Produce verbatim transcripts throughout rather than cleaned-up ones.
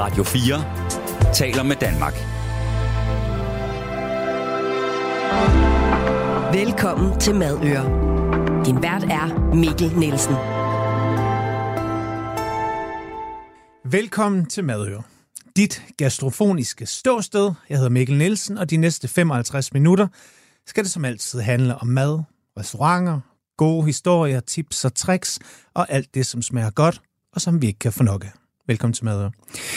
Radio fire taler med Danmark. Velkommen til Madøre. Din vært er Mikkel Nielsen. Velkommen til Madøre. Dit gastrofoniske ståsted. Jeg hedder Mikkel Nielsen, og de næste femoghalvtreds minutter skal det som altid handle om mad, restauranter, gode historier, tips og tricks og alt det, som smager godt og som vi ikke kan få nok af. Velkommen til Madøre.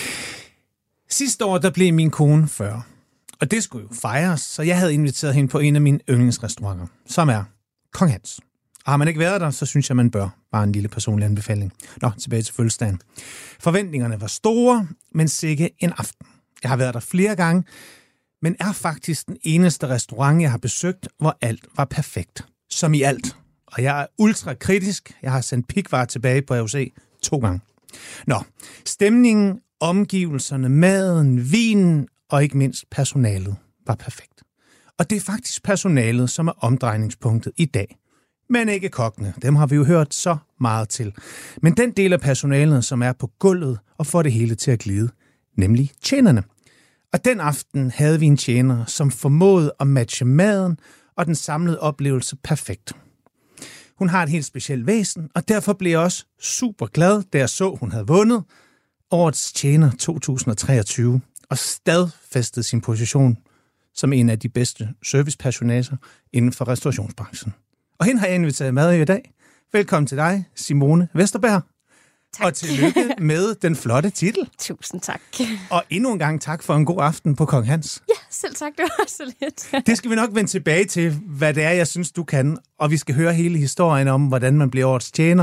Sidste år, der blev min kone fyrre. Og det skulle jo fejres, så jeg havde inviteret hende på en af mine yndlingsrestauranter, som er Kong Hans. Og har man ikke været der, så synes jeg, man bør. Bare en lille personlig anbefaling. Nå, tilbage til fødselsdagen. Forventningerne var store, men sikke en aften. Jeg har været der flere gange, men er faktisk den eneste restaurant, jeg har besøgt, hvor alt var perfekt. Som i alt. Og jeg er ultra kritisk. Jeg har sendt pikvar tilbage på A O C to gange. Nå, stemningen, omgivelserne, maden, vinen og ikke mindst personalet var perfekt. Og det er faktisk personalet, som er omdrejningspunktet i dag. Men ikke kokkene. Dem har vi jo hørt så meget til. Men den del af personalet, som er på gulvet og får det hele til at glide, nemlig tjenerne. Og den aften havde vi en tjener, som formåede at matche maden og den samlede oplevelse perfekt. Hun har et helt specielt væsen, og derfor blev jeg også super glad, da jeg så, hun havde vundet Årets Tjener to tusind og treogtyve og stadfæstede sin position som en af de bedste servicepersonager inden for restaurationsbranchen. Og hende har jeg inviteret med i dag. Velkommen til dig, Simone Vesterberg. Tak. Og tillykke med den flotte titel. Tusind tak. Og endnu en gang tak for en god aften på Kong Hans. Ja, selv tak. Det var så lidt. Det skal vi nok vende tilbage til, hvad det er, jeg synes, du kan. Og vi skal høre hele historien om, hvordan man bliver årets tjener.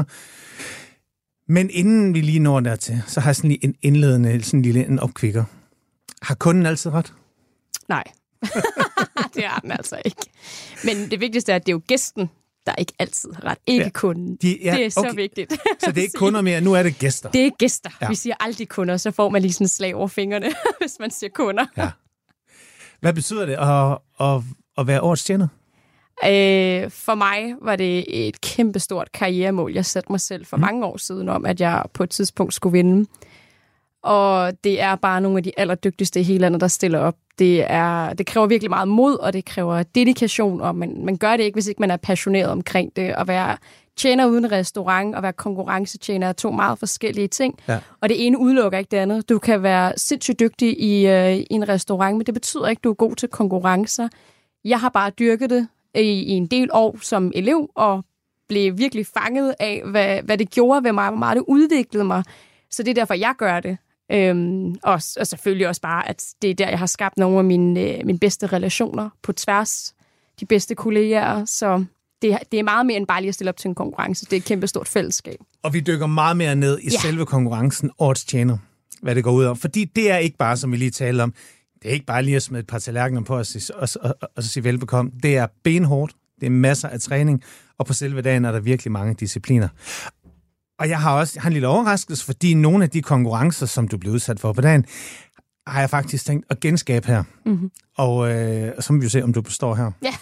Men inden vi lige når dertil, så har jeg sådan lige en indledende, sådan en lille en opkvikker. Har kunden altid ret? Nej, det har den altså ikke. Men det vigtigste er, at det er jo gæsten, der ikke altid har ret. Ikke ja. kunden. De, ja, det er okay. så vigtigt. Så det er ikke kunder mere, nu er det gæster? Det er gæster. Ja. Vi siger aldrig kunder, så får man lige sådan en slag over fingrene, hvis man siger kunder. Ja. Hvad betyder det at, at, at være årets tjener? Øh, for mig var det et kæmpestort karrieremål. Jeg satte mig selv for mm. mange år siden om, at jeg på et tidspunkt skulle vinde. Og det er bare nogle af de allerdygtigste i hele landet, der stiller op. Det, er, det kræver virkelig meget mod, og det kræver dedikation, og man, man gør det ikke, hvis ikke man er passioneret omkring det. At være tjener uden restaurant og være konkurrencetjener er to meget forskellige ting. Ja. Og det ene udelukker ikke det andet. Du kan være sindssygt dygtig i, øh, i en restaurant, men det betyder ikke, at du er god til konkurrencer. Jeg har bare dyrket det i, i en del år som elev, og blev virkelig fanget af, hvad, hvad det gjorde ved mig, hvor meget det udviklede mig. Så det er derfor, jeg gør det. Øhm, og, og selvfølgelig også bare, at det er der, jeg har skabt nogle af mine, øh, mine bedste relationer på tværs. De bedste kolleger, så det, det er meget mere end bare lige at stille op til en konkurrence. Det er et kæmpe stort fællesskab. Og vi dykker meget mere ned i ja. selve konkurrencen, årets tjener, hvad det går ud om. Fordi det er ikke bare, som vi lige talte om, det er ikke bare lige at smide et par tallerkener på og, og, og, og, og sige velbekomme. Det er benhårdt, det er masser af træning, og på selve dagen er der virkelig mange discipliner. Og jeg har også jeg har en lille overraskelse, fordi nogle af de konkurrencer, som du blev udsat for på dagen, har jeg faktisk tænkt at genskabe her. Mm-hmm. Og øh, så må vi jo se, om du består her. Ja.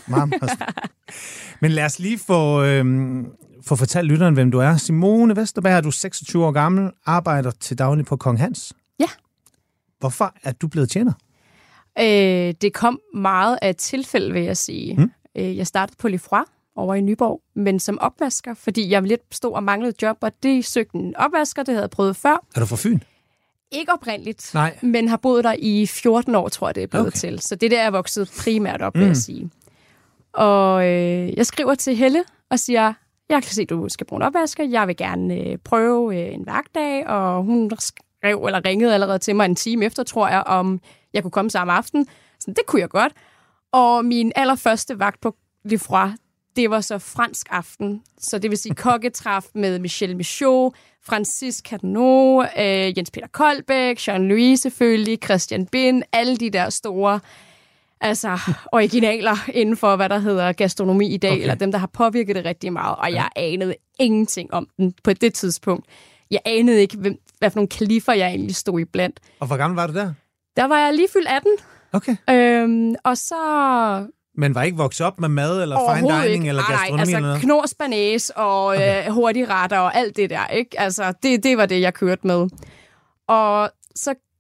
Men lad os lige få, øh, få fortalt lytteren, hvem du er. Simone Vesterberg, du er seksogtyve år gammel, arbejder til daglig på Kong Hans. Ja. Hvorfor er du blevet tjener? Øh, det kom meget af et tilfælde, vil jeg sige. Mm. Øh, jeg startede på Lefroy over i Nyborg, men som opvasker, fordi jeg lidt stod og manglede job, og det søgte en opvasker, det havde jeg prøvet før. Er du fra Fyn? Ikke oprindeligt, Nej. Men har boet der i fjorten år, tror jeg, det er blevet okay. til. Så det der er vokset primært op, mm. vil jeg sige. Og øh, jeg skriver til Helle og siger, jeg kan se, du skal bruge en opvasker, jeg vil gerne øh, prøve øh, en vagtdag, og hun skrev eller ringede allerede til mig en time efter, tror jeg, om jeg kunne komme samme aften. Så det kunne jeg godt. Og min allerførste vagt på Lefroy, det var så fransk aften, så det vil sige kokketræf med Michel Michaud, Francis Cadeneau, øh, Jens Peter Koldbæk, Jean-Louis selvfølgelig, Christian Bind, alle de der store altså, originaler inden for, hvad der hedder gastronomi i dag, okay. eller dem, der har påvirket det rigtig meget, og jeg anede ingenting om den på det tidspunkt. Jeg anede ikke, hvem, hvad for nogle kalifer jeg egentlig stod i blandt. Og hvor gammel var du der? Der var jeg lige fyldt atten. Okay. Øhm, og så... Men var ikke vokset op med mad, eller fine dining, ikke. eller gastronomi? Nej, altså eller noget? knors, banæs og okay. øh, hurtige retter og alt det der, ikke? Altså, det, det var det, jeg kørte med. Og så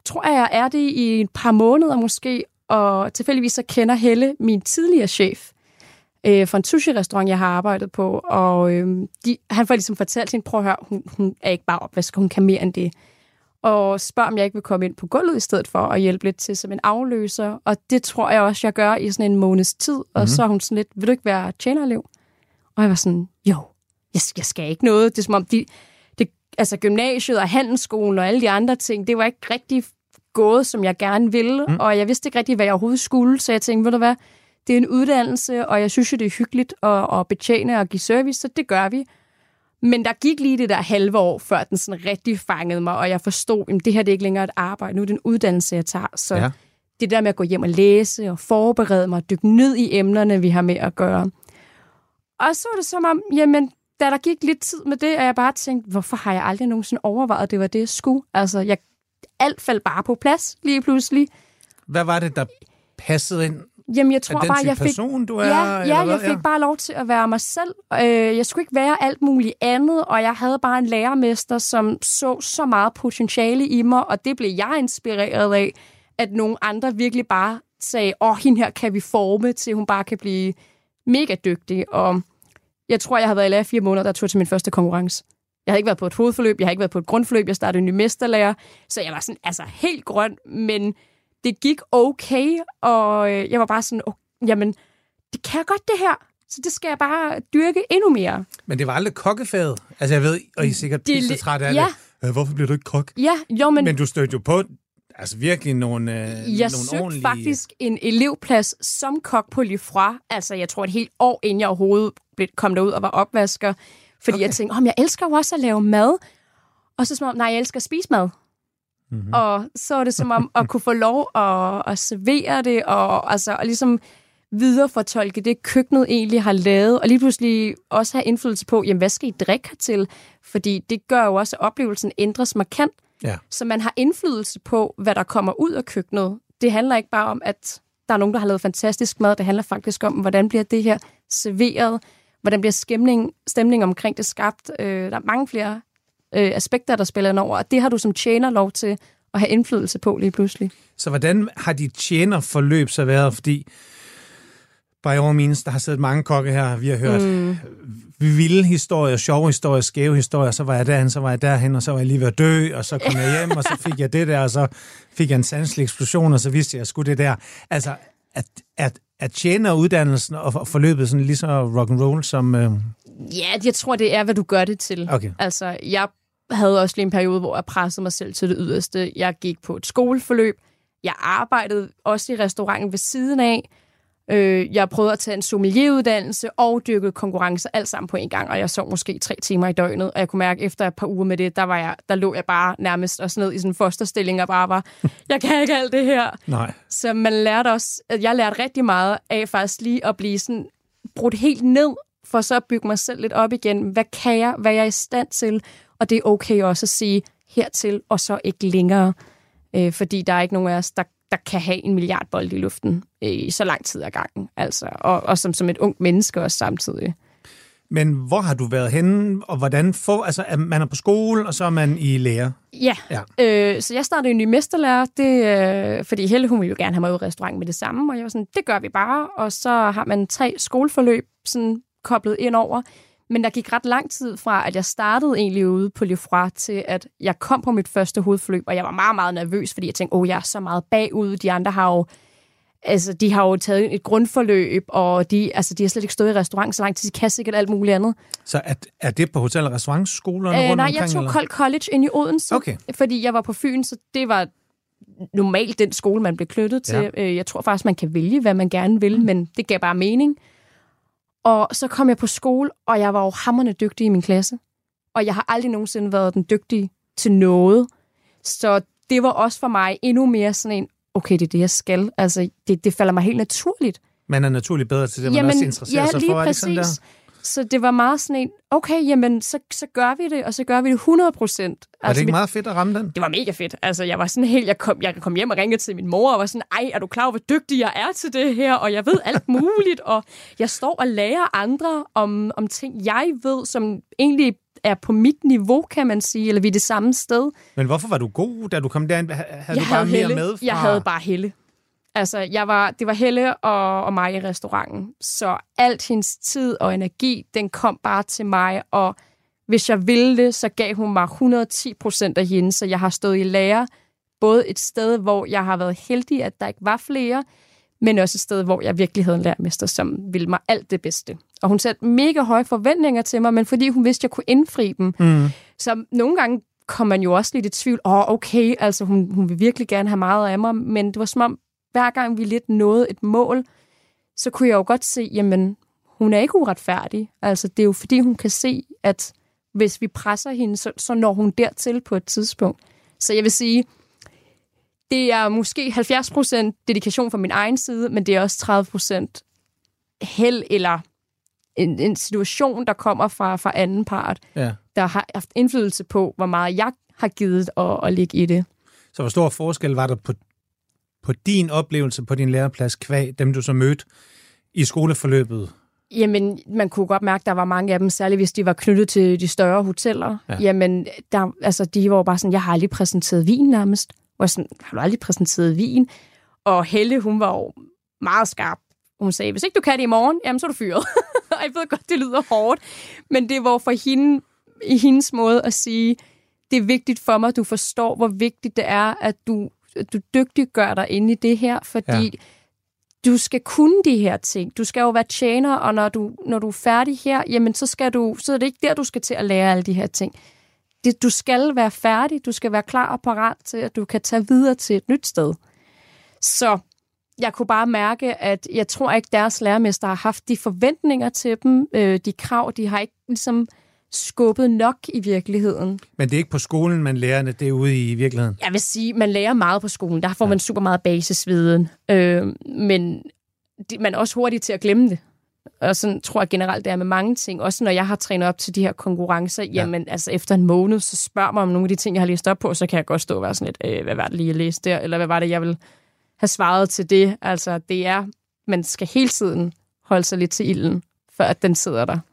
tror jeg, jeg er det i et par måneder måske, og tilfældigvis så kender Helle, min tidligere chef, øh, fra en sushi-restaurant, jeg har arbejdet på, og øh, de, han får ligesom fortalt hende, prøv at høre, hun, hun er ikke bare opvasker, hun kan mere end det. Og spørger, om jeg ikke vil komme ind på gulvet i stedet for at hjælpe lidt til som en afløser. Og det tror jeg også, jeg gør i sådan en måneds tid. Og mm-hmm. så er hun sådan lidt, vil du ikke være tjenerelev? Og jeg var sådan, jo, jeg, jeg skal ikke noget. Det er som om, de, det, altså gymnasiet og handelsskolen og alle de andre ting, det var ikke rigtig gået, som jeg gerne ville. Mm. Og jeg vidste ikke rigtig, hvad jeg overhovedet skulle. Så jeg tænkte, ved du hvad, det er en uddannelse, og jeg synes jo, det er hyggeligt at, at betjene og give service, så det gør vi. Men der gik lige det der halve år, før den sådan rigtig fangede mig, og jeg forstod, at det her det er ikke længere et arbejde, nu er det en uddannelse, jeg tager. Så ja. Det der med at gå hjem og læse og forberede mig og dykke ned i emnerne, vi har med at gøre. Og så var det som om, jamen, da der gik lidt tid med det, og jeg bare tænkte, hvorfor har jeg aldrig nogensinde overvejet, at det var det, jeg skulle? Altså, jeg, alt faldt bare på plads lige pludselig. Hvad var det, der passede ind? Jamen, jeg tror bare, jeg fik... person, du er? Ja, ja jeg fik ja. bare lov til at være mig selv. Jeg skulle ikke være alt muligt andet, og jeg havde bare en lærermester, som så så meget potentiale i mig, og det blev jeg inspireret af, at nogle andre virkelig bare sagde, åh, hende her kan vi forme til, hun bare kan blive mega dygtig. Og jeg tror, jeg har været i lærer fire måneder, der tog til min første konkurrence. Jeg havde ikke været på et hovedforløb, jeg har ikke været på et grundforløb, jeg startede en ny mesterlærer, så jeg var sådan, altså helt grøn, men det gik okay, og jeg var bare sådan, oh, jamen, det kan jeg godt det her, så det skal jeg bare dyrke endnu mere. Men det var aldrig kokkefaget. Altså jeg ved, og I er sikkert pisse træt af ja. det. Hvorfor bliver du ikke kok? Ja, jo, men... Men du stødte jo på, altså virkelig nogle, øh, jeg nogle søgte ordentlige... faktisk en elevplads som kok på Lifra. Altså jeg tror et helt år, inden jeg overhovedet kom derud og var opvasker. Fordi okay. jeg tænkte, oh, jeg elsker jo også at lave mad. Og så som om, nej, jeg elsker at spise mad. Mm-hmm. Og så er det som om at kunne få lov at, at servere det, og, altså, og ligesom viderefortolke det, køkkenet egentlig har lavet, og lige pludselig også have indflydelse på, jamen, hvad skal I drikke hertil? Fordi det gør jo også, at oplevelsen ændres markant. Ja. Så man har indflydelse på, hvad der kommer ud af køkkenet. Det handler ikke bare om, at der er nogen, der har lavet fantastisk mad. Det handler faktisk om, hvordan bliver det her serveret? Hvordan bliver stemning, stemning omkring det skabt? Øh, der er mange flere øh, aspekter, der spiller ind over, og det har du som tjener lov til at have indflydelse på lige pludselig. Så hvordan har de tjenerforløb så været? Fordi by all means, der har siddet mange kokke her, vi har hørt mm. vilde historier, sjove historier, skæve historier, så var jeg derhen, så var jeg derhen, og så var jeg lige ved at dø, og så kom jeg hjem, og så fik jeg det der, og så fik jeg en sanselig eksplosion, og så vidste jeg, at jeg skulle det der. Altså, at, at, at tjeneruddannelsen og forløbet sådan lige så rock'n'roll som... Øh... Ja, jeg tror, det er, hvad du gør det til. Okay. Altså, jeg havde også lige en periode, hvor jeg pressede mig selv til det yderste. Jeg gik på et skoleforløb. Jeg arbejdede også i restauranten ved siden af. Jeg prøvede at tage en sommelieruddannelse og dyrkede konkurrencer alt sammen på en gang, og jeg sov måske tre timer i døgnet, og jeg kunne mærke, at efter et par uger med det, der, var jeg, der lå jeg bare nærmest også ned i sådan en fosterstilling og bare var, jeg kan ikke alt det her. Nej. Så man lærte også, at jeg lærte rigtig meget af faktisk lige at blive sådan brudt helt ned, for så at bygge mig selv lidt op igen. Hvad kan jeg? Hvad er jeg i stand til? Og det er okay også at sige hertil, og så ikke længere. Øh, fordi der er ikke nogen af os, der der kan have en milliardbold i luften i så lang tid ad gangen, altså, og, og som, som et ungt menneske også samtidig. Men hvor har du været henne, og hvordan får, altså, er man er på skole, og så er man i lære? Ja, ja. Øh, så jeg startede en ny mesterlærer, det, øh, fordi Helle, hun ville jo gerne have mig ud i restauranten med det samme, og jeg var sådan, det gør vi bare, og så har man tre skoleforløb sådan koblet ind over. Men der gik ret lang tid fra, at jeg startede egentlig ude på Lifra, til at jeg kom på mit første hovedforløb, og jeg var meget, meget nervøs, fordi jeg tænkte, åh, oh, jeg er så meget bagud. De andre har jo, altså, de har jo taget et grundforløb, og de, altså, de har slet ikke stået i restaurant så lang tid, de kan sikkert alt muligt andet. Så er, er det på hotel- og restaurantskolerne øh, rundt nej, omkring? Nej, jeg tog eller? Kold College ind i Odense, okay. Fordi jeg var på Fyn, så det var normalt den skole, man blev knyttet til. Ja. Jeg tror faktisk, man kan vælge, hvad man gerne vil, mm. men det gav bare mening. Og så kom jeg på skole, og jeg var jo hamrende dygtig i min klasse. Og jeg har aldrig nogensinde været den dygtige til noget. Så det var også for mig endnu mere sådan en, okay, det er det, jeg skal. Altså, det, det falder mig helt naturligt. Man er naturligt bedre til det, man jamen, også interesserer ja, sig for. Er det sådan der? Så det var meget sådan en, okay, jamen, så, så gør vi det, og så gør vi det hundrede procent. Var altså, det ikke mit, meget fedt at ramme den? Det var mega fedt. Altså, jeg var sådan helt, jeg kom, jeg kom hjem og ringede til min mor, og var sådan, ej, er du klar over, hvor dygtig jeg er til det her? Og jeg ved alt muligt, og jeg står og lærer andre om, om ting, jeg ved, som egentlig er på mit niveau, kan man sige, eller vi er det samme sted. Men hvorfor var du god, da du kom derind? Havde jeg du bare havde mere Helle. med fra? Jeg havde bare Helle. Altså, jeg var, det var Helle og, og mig i restauranten, så alt hendes tid og energi, den kom bare til mig, og hvis jeg ville det, så gav hun mig et hundrede og ti procent af hende, så jeg har stået i lære, både et sted, hvor jeg har været heldig, at der ikke var flere, men også et sted, hvor jeg virkelig havde en lærermester, som ville mig alt det bedste. Og hun satte mega høje forventninger til mig, men fordi hun vidste, at jeg kunne indfri dem. Mm. Så nogle gange kom man jo også lidt i tvivl. Åh, oh, okay, altså hun, hun vil virkelig gerne have meget af mig, men det var som om, hver gang vi lidt nåede et mål, så kunne jeg jo godt se, jamen, hun er ikke uretfærdig. Altså, det er jo fordi, hun kan se, at hvis vi presser hende, så, så når hun dertil på et tidspunkt. Så jeg vil sige, det er måske halvfjerds procent dedikation fra min egen side, men det er også tredive procent held eller en, en situation, der kommer fra, fra anden part, ja. Der har haft indflydelse på, hvor meget jeg har givet at, at ligge i det. Så hvor stor forskel var der på, på din oplevelse på din læreplads kvæg, dem du så mødte i skoleforløbet? Jamen, man kunne godt mærke, at der var mange af dem, særligt hvis de var knyttet til de større hoteller. Ja. Jamen, der, altså, de var bare sådan, jeg har aldrig præsenteret vin nærmest. Og sådan, har du aldrig præsenteret vin? Og Helle, hun var jo meget skarp. Hun sagde, hvis ikke du kan det i morgen, jamen så er du fyret. Og jeg ved godt, det lyder hårdt. Men det var for hende, i hendes måde at sige, det er vigtigt for mig, at du forstår, hvor vigtigt det er, at du, at du dygtiggør dig inde i det her, fordi ja. Du skal kunne de her ting. Du skal jo være tjener, og når du, når du er færdig her, jamen så, skal du, så er det ikke der, du skal til at lære alle de her ting. Det, du skal være færdig, du skal være klar og parat til, at du kan tage videre til et nyt sted. Så jeg kunne bare mærke, at jeg tror ikke, deres lærermester har haft de forventninger til dem, øh, de krav, de har ikke ligesom skubbet nok i virkeligheden. Men det er ikke på skolen, man lærer det, det er ude i virkeligheden? Jeg vil sige, man lærer meget på skolen. Der får ja. man super meget basisviden. Øh, men de, man er også hurtig til at glemme det. Og sådan tror jeg generelt, det er med mange ting. Også når jeg har trænet op til de her konkurrencer, ja. jamen altså efter en måned, så spørger mig om nogle af de ting, jeg har læst op på, så kan jeg godt stå og være sådan lidt, øh, hvad var det lige, jeg læste der? Eller hvad var det, jeg vil have svaret til det? Altså det er, man skal hele tiden holde sig lidt til ilden, for at den sidder der.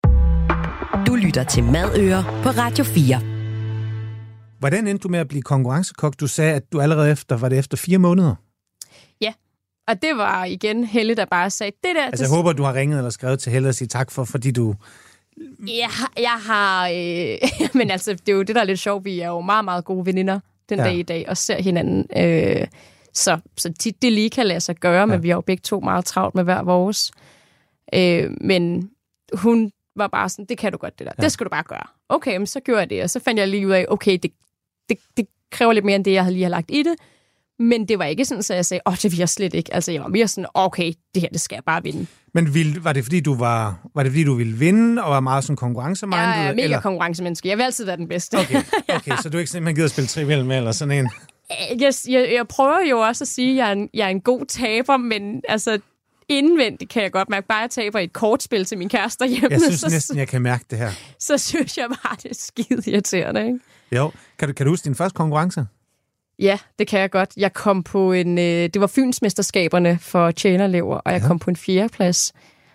Du lytter til Madører på Radio fire. Hvordan endte du med at blive konkurrencekok? Du sagde, at du allerede efter, var det efter fire måneder? Ja, og det var igen Helle, der bare sagde, det der... Altså jeg håber, du har ringet eller skrevet til Helle og sige tak for, fordi du... Ja, jeg har... Øh, men altså, det er jo det, der er lidt sjovt. Vi er jo meget, meget gode veninder den ja. dag i dag, og ser hinanden. Øh, så, så tit det lige kan lade sig gøre, ja. men vi er jo begge to meget travlt med hver vores. Øh, men hun... var bare sådan, det kan du godt, det der. Ja. Det skal du bare gøre. Okay, men så gjorde jeg det, og så fandt jeg lige ud af, okay, det, det, det kræver lidt mere end det, jeg lige har lagt i det, men det var ikke sådan, så jeg sagde, åh, det vil jeg slet ikke. Altså, jeg var mere sådan, okay, det her, det skal jeg bare vinde. Men vil, var det fordi, du var, var det fordi, du ville vinde, og var meget sådan konkurrencemindet? Jeg er mega eller? konkurrencemenneske. Jeg vil altid være den bedste. Okay, okay så du er ikke simpelthen gider at spille trivial med, eller sådan en? Jeg, jeg, jeg prøver jo også at sige, at jeg er en, jeg er en god taber, men altså, indvendigt kan jeg godt mærke, bare jeg taber et kortspil til min kæreste hjemme. Jeg synes så, næsten, jeg kan mærke det her. Så synes jeg bare, det er skide irriterende, ikke? Jo. Kan du, kan du huske din første konkurrence? Ja, det kan jeg godt. Jeg kom på en... Øh, det var Fynsmesterskaberne for tjenerelever, og jeg ja. kom på en fjerdeplads.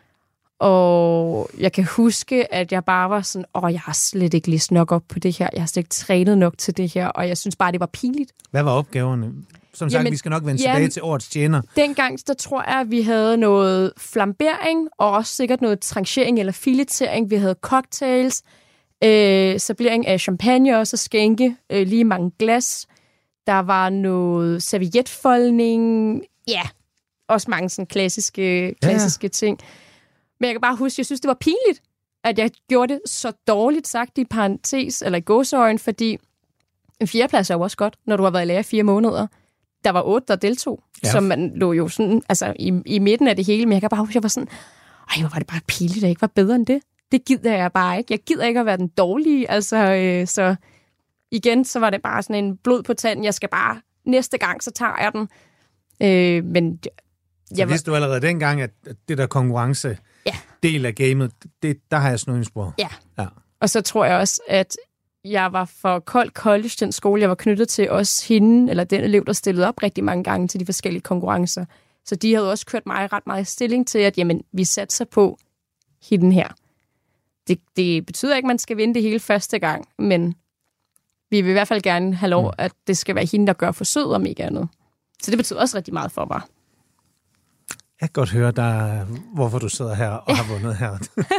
Og jeg kan huske, at jeg bare var sådan, åh, jeg har slet ikke læst nok op på det her. Jeg har slet ikke trænet nok til det her, og jeg synes bare, det var pinligt. Hvad var opgaverne? Som sagt, jamen, vi skal nok vende tilbage til årets tjener. Dengang, der tror jeg, at vi havde noget flambering, og også sikkert noget tranchering eller filetering. Vi havde cocktails, øh, servering af champagne og så skænke, øh, lige mange glas. Der var noget servietfoldning. Ja, også mange sådan klassiske, klassiske ja. ting. Men jeg kan bare huske, jeg synes, det var pinligt, at jeg gjorde det så dårligt sagt i parentes, eller i gåseøjne, fordi en fjerdeplads er jo også godt, når du har været i lærer i fire måneder. Der var otte, der deltog, ja. så man lå jo sådan, altså i, i midten af det hele, men jeg kan bare huske, at jeg var sådan, ej, hvor var det bare pinligt, at jeg ikke var bedre end det. Det gider jeg bare ikke. Jeg gider ikke at være den dårlige, altså, øh, så igen, så var det bare sådan en blod på tanden, jeg skal bare, næste gang, så tager jeg den. Øh, men så jeg vidste var... du allerede dengang, at det der konkurrence ja. del af gamet, det, der har jeg snøringsspor. Ja. ja, og så tror jeg også, at jeg var for kold college, den skole, jeg var knyttet til, også hende, eller den elev, der stillede op rigtig mange gange til de forskellige konkurrencer. Så de havde også kørt mig ret meget i stilling til, at jamen, vi satser på hende her. det, det betyder ikke, at man skal vinde det hele første gang, men vi vil i hvert fald gerne have lov, at det skal være hende, der gør forsøget om ikke andet. Så det betyder også rigtig meget for mig. Jeg kan godt høre, der, hvorfor du sidder her og har vundet her.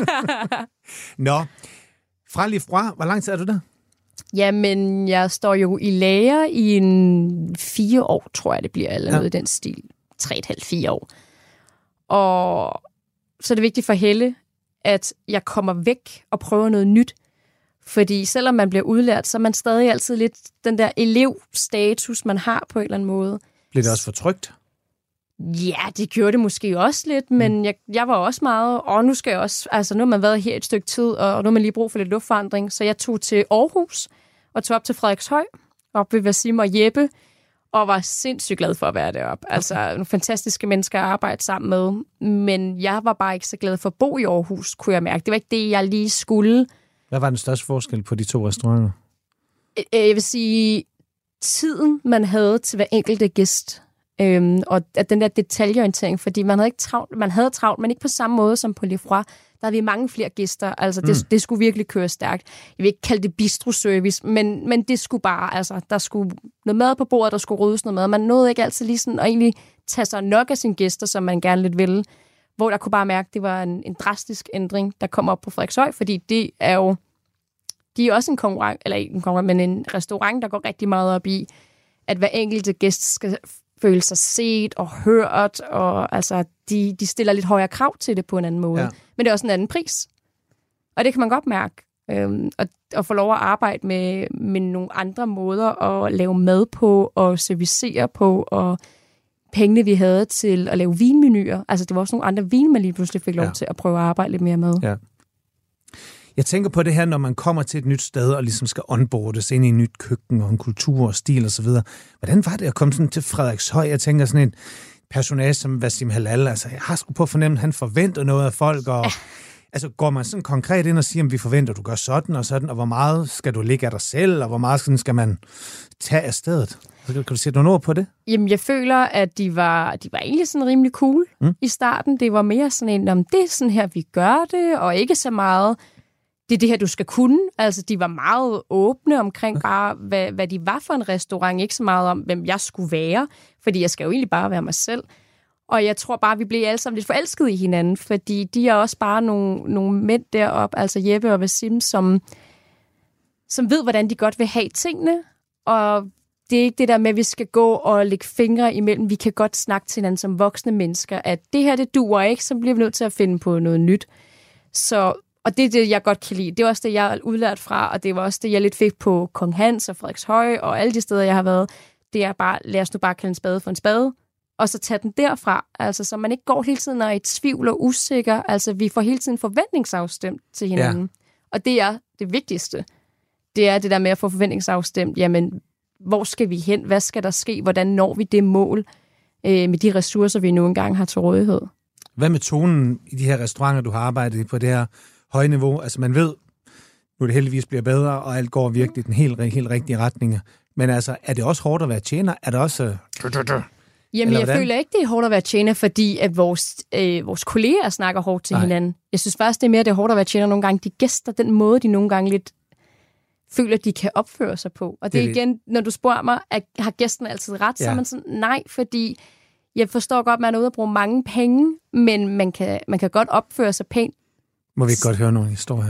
Nå, fra Livroy, hvor lang tid er du der? Jamen, jeg står jo i lære i en fire år, tror jeg, det bliver, eller ja. noget i den stil. Tre et halvt, fire år. Og så er det vigtigt for Helle, at jeg kommer væk og prøver noget nyt. Fordi selvom man bliver udlært, så er man stadig altid lidt den der elevstatus, man har på en eller anden måde. Bliver det også for trygt? Ja, det gjorde det måske også lidt, men mm. jeg, jeg var også meget, og nu skal jeg også, altså nu har man været her et stykke tid, og nu har man lige brug for lidt luftforandring, så jeg tog til Aarhus, og tog op til Frederikshøj, op ved Wasim og Jeppe, og var sindssygt glad for at være deroppe. Okay. Altså nogle fantastiske mennesker at arbejde sammen med, men jeg var bare ikke så glad for at bo i Aarhus, kunne jeg mærke. Det var ikke det, jeg lige skulle. Hvad var den største forskel på de to restauranter? Jeg vil sige, tiden, man havde til hver enkelte gæst, øhm, og at den der detaljeorientering, fordi man havde ikke travlt, man havde travlt, men ikke på samme måde som på Livroy. Der havde vi mange flere gæster, altså det, mm. det skulle virkelig køre stærkt. Jeg vil ikke kalde det bistro-service, men, men det skulle bare, altså der skulle noget mad på bordet, der skulle ryddes noget mad. Man nåede ikke altid lige sådan at egentlig tage sig nok af sine gæster, som man gerne lidt ville. Hvor der kunne bare mærke, at det var en, en drastisk ændring, der kom op på Frederikshøj, fordi det er jo, de er også en konkurrent, eller ikke en konkurrent, men en restaurant, der går rigtig meget op i, at hver enkelte gæst skal føle sig set og hørt, og altså, de, de stiller lidt højere krav til det på en anden måde. Ja. Men det er også en anden pris. Og det kan man godt mærke. Øhm, og, og få lov at arbejde med, med nogle andre måder at lave mad på, og servicere på, og pengene, vi havde til at lave vinmenuer. Altså, det var også nogle andre vin, man lige pludselig fik lov ja. til at prøve at arbejde lidt mere med. Ja. Jeg tænker på det her, når man kommer til et nyt sted og ligesom skal onboardes ind i et nyt køkken og en kultur og stil og så videre. Hvordan var det at komme sådan til Frederikshøj? Jeg tænker sådan en personage som Wasim Hallal. Altså, jeg har sgu på fornemmelsen, at han forventer noget af folk. Og, ja. Altså, går man sådan konkret ind og siger, at vi forventer, at du gør sådan og sådan, og hvor meget skal du ligge af dig selv, og hvor meget skal man tage af stedet? Kan du sætte nogle ord på det? Jamen, jeg føler, at de var, de var egentlig sådan rimelig cool mm. i starten. Det var mere sådan en, om det er sådan her, vi gør det, og ikke så meget, det er det her, du skal kunne. Altså, de var meget åbne omkring bare, hvad, hvad de var for en restaurant. Ikke så meget om, hvem jeg skulle være, fordi jeg skal jo egentlig bare være mig selv. Og jeg tror bare, vi blev alle sammen lidt forelskede i hinanden, fordi de er også bare nogle, nogle mænd deroppe, altså Jeppe og Wasim, som, som ved, hvordan de godt vil have tingene, og det er ikke det der med, at vi skal gå og lægge fingre imellem. Vi kan godt snakke til hinanden som voksne mennesker, at det her, det duer ikke, så bliver vi nødt til at finde på noget nyt. Så, og det er det, jeg godt kan lide. Det er også det, jeg er udlært fra, og det var også det, jeg lidt fik på Kong Hans og Frederikshøj, og alle de steder, jeg har været. Det er bare, lad os nu bare kalde en spade for en spade, og så tage den derfra. Altså, så man ikke går hele tiden og er i tvivl og usikker. Altså, vi får hele tiden forventningsafstemt til hinanden. Ja. Og det er det vigtigste. Det er det der med at få forventningsafstemt. Jamen, hvor skal vi hen? Hvad skal der ske? Hvordan når vi det mål øh, med de ressourcer, vi nu engang har til rådighed? Hvad med tonen i de her restauranter, du har arbejdet i på det her høje niveau? Altså man ved, nu er det heldigvis bliver bedre, og alt går virkelig i den helt, helt rigtige retning. Men altså, er det også hårdt at være tjener? Er det også... Jamen, jeg hvordan? føler ikke, det er hårdt at være tjener, fordi at vores, øh, vores kolleger snakker hårdt til Nej. hinanden. Jeg synes faktisk, det er mere, det er hårdt at være tjener nogle gange. De gæster, den måde, de nogle gange lidt føler, de kan opføre sig på. Og det er igen, når du spørger mig, at har gæsten altid ret, ja. så er man sådan, nej, fordi jeg forstår godt, at man er ude at bruge mange penge, men man kan, man kan godt opføre sig pænt. Må vi godt høre nogle historier?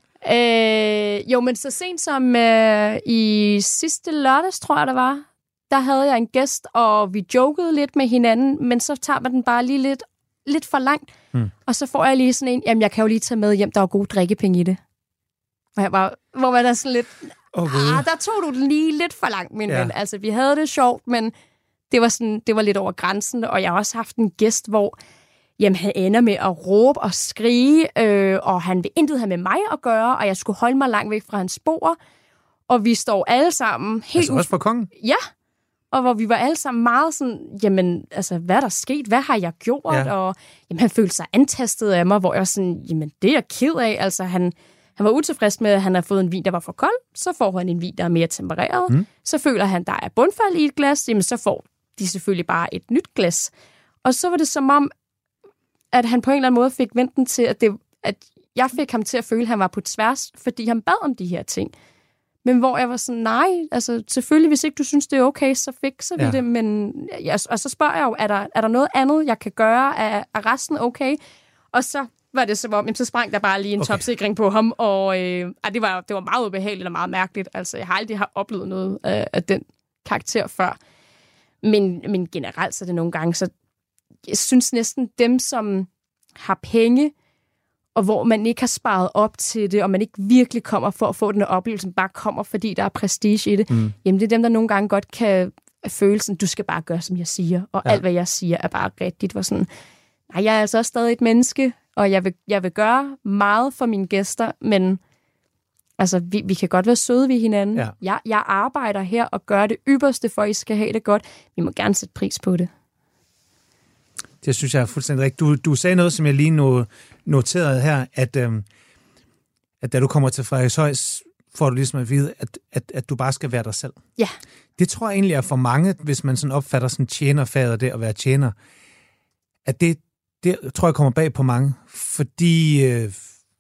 Øh, jo, men så sent som øh, i sidste lørdags, tror jeg, der var, der havde jeg en gæst, og vi jokede lidt med hinanden, men så tager man den bare lige lidt, lidt for langt. Hmm. Og så får jeg lige sådan en, jamen jeg kan jo lige tage med hjem, der er gode drikkepenge i det. Og jeg bare, hvor var der sådan lidt, okay. ah, der tog du den lige lidt for langt, min ja. ven. Altså, vi havde det sjovt, men det var, sådan, det var lidt over grænsen, og jeg har også haft en gæst, hvor jamen, han ender med at råbe og skrige, øh, og han vil intet have med mig at gøre, og jeg skulle holde mig langt væk fra hans spor, og vi står alle sammen helt... Altså også for kongen? Ja, og hvor vi var alle sammen meget sådan, jamen, altså, hvad er der sket? Hvad har jeg gjort? Ja. Og jamen, han følte sig antastet af mig, hvor jeg var sådan, jamen, det er jeg ked af. Altså, han, han var utilfreds med, at han har fået en vin, der var for kold. Så får han en vin, der er mere tempereret. Mm. Så føler han, der er bundfald i et glas. Jamen, så får de selvfølgelig bare et nyt glas. Og så var det som om, at han på en eller anden måde fik vendt den til, at, det, at jeg fik ham til at føle, at han var på tværs, fordi han bad om de her ting. Men hvor jeg var sådan, nej, altså selvfølgelig, hvis ikke du synes, det er okay, så fikser vi ja. det. Men, ja, og så spørger jeg jo, er der, er der noget andet, jeg kan gøre? Er, er resten okay? Og så var det som om, jamen, så sprang der bare lige en okay. topsikring på ham, og øh, det, var, det var meget ubehageligt og meget mærkeligt. Altså, jeg har aldrig har oplevet noget af, af den karakter før. Men, men generelt så er det nogle gange, så jeg synes næsten dem, som har penge, og hvor man ikke har sparet op til det, og man ikke virkelig kommer for at få den oplevelse, bare kommer, fordi der er prestige i det, mm. jamen det er dem, der nogle gange godt kan føle sådan, du skal bare gøre, som jeg siger, og ja. alt, hvad jeg siger, er bare rigtigt. Var sådan, nej, jeg er altså også stadig et menneske, og jeg vil, jeg vil gøre meget for mine gæster, men altså, vi, vi kan godt være søde ved hinanden. Ja. Jeg, jeg arbejder her og gør det ypperste, for at I skal have det godt. Vi må gerne sætte pris på det. Det synes jeg er fuldstændig rigtigt. Du, du sagde noget, som jeg lige nu noterede her, at, øhm, at da du kommer til Frederikshøj, får du ligesom at vide, at, at, at du bare skal være dig selv. Ja. Det tror jeg egentlig er for mange, hvis man sådan opfatter sådan tjenerfaget, det at være tjener, at det, det tror jeg kommer bag på mange, fordi øh,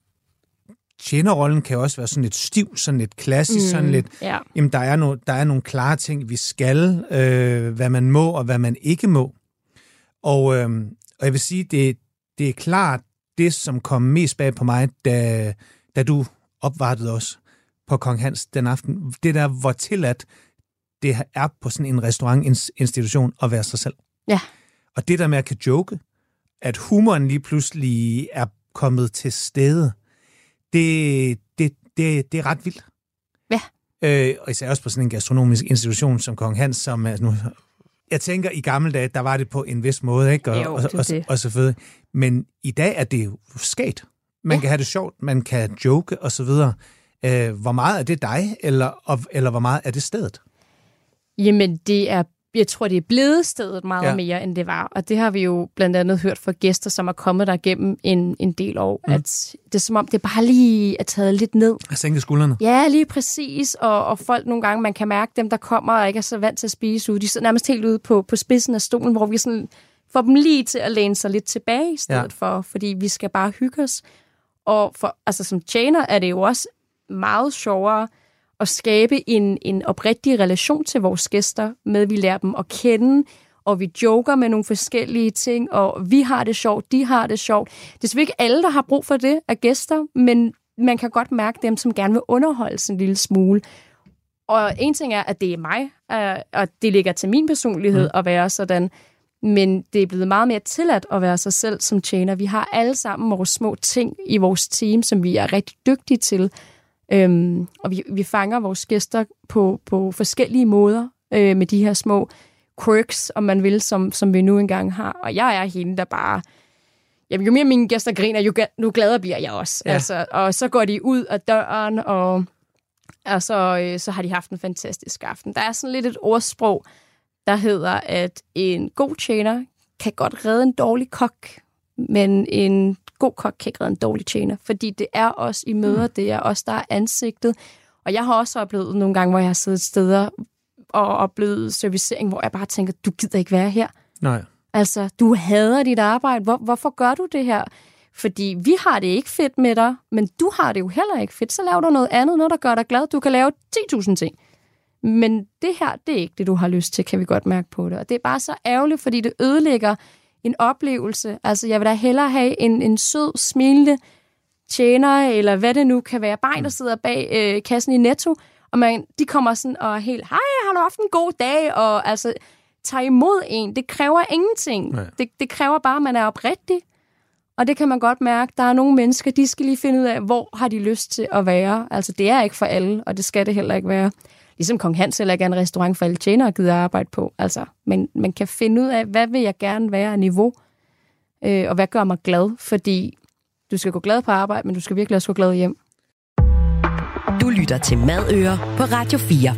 tjenerrollen kan også være sådan lidt stiv, sådan lidt klassisk, mm, sådan lidt, ja. jamen der er, no, der er nogle klare ting, vi skal, øh, hvad man må og hvad man ikke må. Og, øh, og jeg vil sige, det, det er klart det, som kom mest bag på mig, da, da du opvartede os på Kong Hans den aften. Det der, hvor tilladt det er på sådan en restaurantinstitution at være sig selv. Ja. Og det der med at kan joke, at humoren lige pludselig er kommet til stede, det, det, det, det er ret vildt. Ja. Øh, og især også på sådan en gastronomisk institution som Kong Hans, som er nu... Jeg tænker, i gamle dage, der var det på en vis måde, ikke? Og, jo, og, og, og så videre. Men i dag er det jo sket. Man ja. kan have det sjovt, man kan joke, og så videre. Øh, hvor meget er det dig, eller, eller hvor meget er det stedet? Jamen, det er, jeg tror, det er blevet stedet meget ja. mere, end det var. Og det har vi jo blandt andet hørt fra gæster, som er kommet der gennem en, en del år, mm. at det er som om, det bare lige er taget lidt ned. At sænke skuldrene? Ja, lige præcis. Og, og folk nogle gange, man kan mærke dem, der kommer og ikke er så vant til at spise ud. De sidder nærmest helt ude på, på spidsen af stolen, hvor vi sådan får dem lige til at læne sig lidt tilbage i stedet ja. for, fordi vi skal bare hygge os. Og for, altså, som tjener er det jo også meget sjovere at skabe en, en oprigtig relation til vores gæster, med at vi lærer dem at kende, og vi joker med nogle forskellige ting, og vi har det sjovt, de har det sjovt. Det er selvfølgelig ikke alle, der har brug for det af gæster, men man kan godt mærke dem, som gerne vil underholdes en lille smule. Og en ting er, at det er mig, og det ligger til min personlighed mm. at være sådan, men det er blevet meget mere tilladt at være sig selv som tjener. Vi har alle sammen vores små ting i vores team, som vi er rigtig dygtige til. Øhm, og vi, vi fanger vores gæster på, på forskellige måder øh, med de her små quirks, om man vil, som, som vi nu engang har. Og jeg er hende, der bare... Jamen, jo mere mine gæster griner, jo, jo gladere bliver jeg også. Ja. Altså, og så går de ud af døren, og, og så, øh, så har de haft en fantastisk aften. Der er sådan lidt et ordsprog, der hedder, at en god tjener kan godt redde en dårlig kok, men en god kok kan ikke redde en dårlig tjener, fordi det er os i møder, mm. det er os, der er ansigtet. Og jeg har også oplevet nogle gange, hvor jeg har siddet steder og oplevet servicering, hvor jeg bare tænker, du gider ikke være her. Nej. Altså, du hader dit arbejde. Hvor, hvorfor gør du det her? Fordi vi har det ikke fedt med dig, men du har det jo heller ikke fedt. Så laver du noget andet, noget der gør dig glad. Du kan lave ti tusind ting. Men det her, det er ikke det, du har lyst til, kan vi godt mærke på det. Og det er bare så ærgerligt, fordi det ødelægger en oplevelse. Altså, jeg vil da hellere have en, en sød, smilende tjener, eller hvad det nu kan være, bare en, der sidder bag øh, kassen i Netto, og man, de kommer sådan og helt, hej, har du haft en god dag, og altså, tager imod en. Det kræver ingenting. Det, det kræver bare, at man er oprigtig. Og det kan man godt mærke. Der er nogle mennesker, de skal lige finde ud af, hvor har de lyst til at være. Altså, det er ikke for alle, og det skal det heller ikke være. Ligesom Kong Hans heller ikke er en restaurant for alle tjenere gider at arbejde på. Altså, men man kan finde ud af, hvad vil jeg gerne være af niveau, øh, og hvad gør mig glad, fordi du skal gå glad på arbejde, men du skal virkelig også gå glad hjem. Du lytter til Madøre på Radio fire.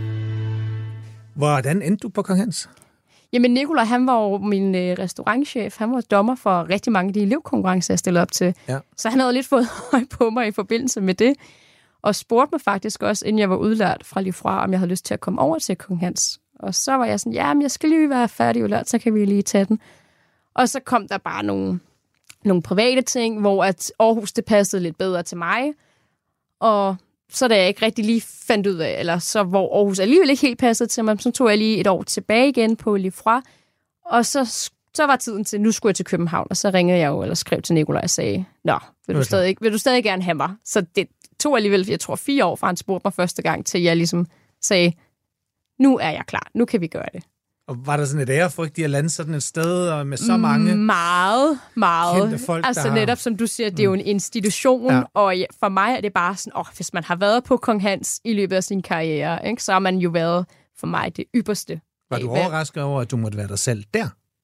Hvordan endte du på Kong Hans? Jamen, Nikolaj, han var jo min øh, restaurantchef. Han var dommer for rigtig mange af de elevkonkurrencer, jeg stillede op til. Ja. Så han havde lidt fået høj på mig i forbindelse med det. Og spurgte mig faktisk også, inden jeg var udlært fra lige fra, om jeg havde lyst til at komme over til Kong Hans. Og så var jeg sådan, ja, men jeg skal lige være færdig udlært, så kan vi lige tage den. Og så kom der bare nogle nogle private ting, hvor at Aarhus det passede lidt bedre til mig. Og så da jeg ikke rigtig lige fandt ud af, eller så hvor Aarhus alligevel ikke helt passede til mig, så tog jeg lige et år tilbage igen på Lifra. Og så, så var tiden til, nu skulle jeg til København, og så ringede jeg jo, eller skrev til Nikolaj og sagde, nå, vil du, stadig, vil du stadig gerne have mig? Så det tog alligevel, jeg tror, fire år, fra han spurgte mig første gang, til jeg ligesom sagde, nu er jeg klar, nu kan vi gøre det. Og var der sådan et ærefrygt i at lande sådan et sted og med så mange meget, meget kendte folk, altså der netop, har... som du siger, det er jo en institution, ja. Og for mig er det bare sådan, åh, hvis man har været på Kong Hans i løbet af sin karriere, ikke, så har man jo været for mig det ypperste. Var du overrasket over, at du måtte være dig selv der?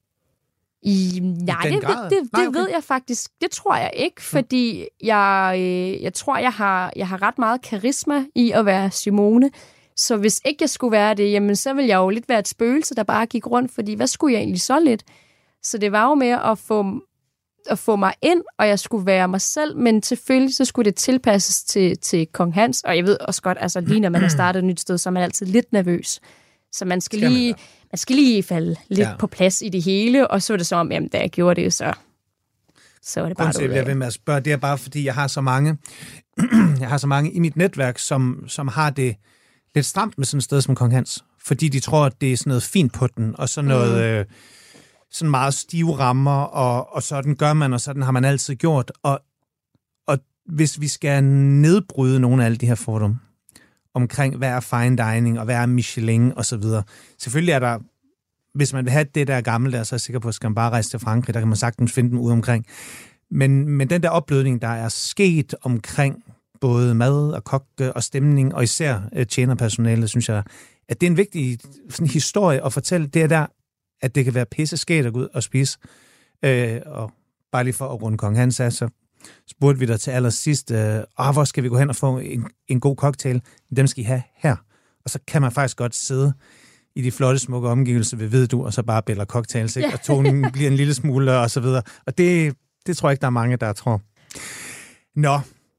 I, nej, I det, det, det, nej, okay. ved jeg faktisk. Det tror jeg ikke, fordi jeg, øh, jeg tror, jeg har, jeg har ret meget karisma i at være Simone. Så hvis ikke jeg skulle være det, jamen så ville jeg jo lidt være et spøgelse, der bare gik rundt, fordi hvad skulle jeg egentlig så lidt? Så det var jo med at få, at få mig ind, og jeg skulle være mig selv, men selvfølgelig så skulle det tilpasses til, til Kong Hans, og jeg ved også godt, altså lige når man har startet et nyt sted, så er man altid lidt nervøs. Så man skal, skal lige, man, man skal lige falde lidt ja. på plads i det hele, og så er det som om, jamen da jeg gjorde det, så, så var det bare det. Jeg vil med at spørge, det er bare fordi, jeg har så mange, jeg har så mange i mit netværk, som, som har det lidt stramt med sådan et sted som Kong Hans, fordi de tror, at det er sådan noget fint på den, og sådan noget, mm. øh, sådan meget stive rammer, og, og sådan gør man, og sådan har man altid gjort. Og, og hvis vi skal nedbryde nogle af alle de her fordomme omkring, hvad er fine dining, og hvad er Michelin, og så videre. Selvfølgelig er der, hvis man vil have det der gamle der, så er jeg sikker på, at skal man bare rejse til Frankrig, der kan man sagtens finde dem ude omkring. Men, men den der opblødning, der er sket omkring både mad og kokke og stemning, og især øh, tjenerpersonale, synes jeg, at det er en vigtig sådan, historie at fortælle. Det er der, at det kan være pisse skægt at gå ud og spise. Øh, og bare lige for at runde Kong Hans af, så spurgte vi dig til allersidst, øh, ah, hvor skal vi gå hen og få en, en god cocktail? Dem skal I have her. Og så kan man faktisk godt sidde i de flotte, smukke omgivelser ved ved du, og så bare bælder cocktails, ikke? Og tonen bliver en lille smule, og så videre. Og det, det tror jeg ikke, der er mange, der tror. Nå,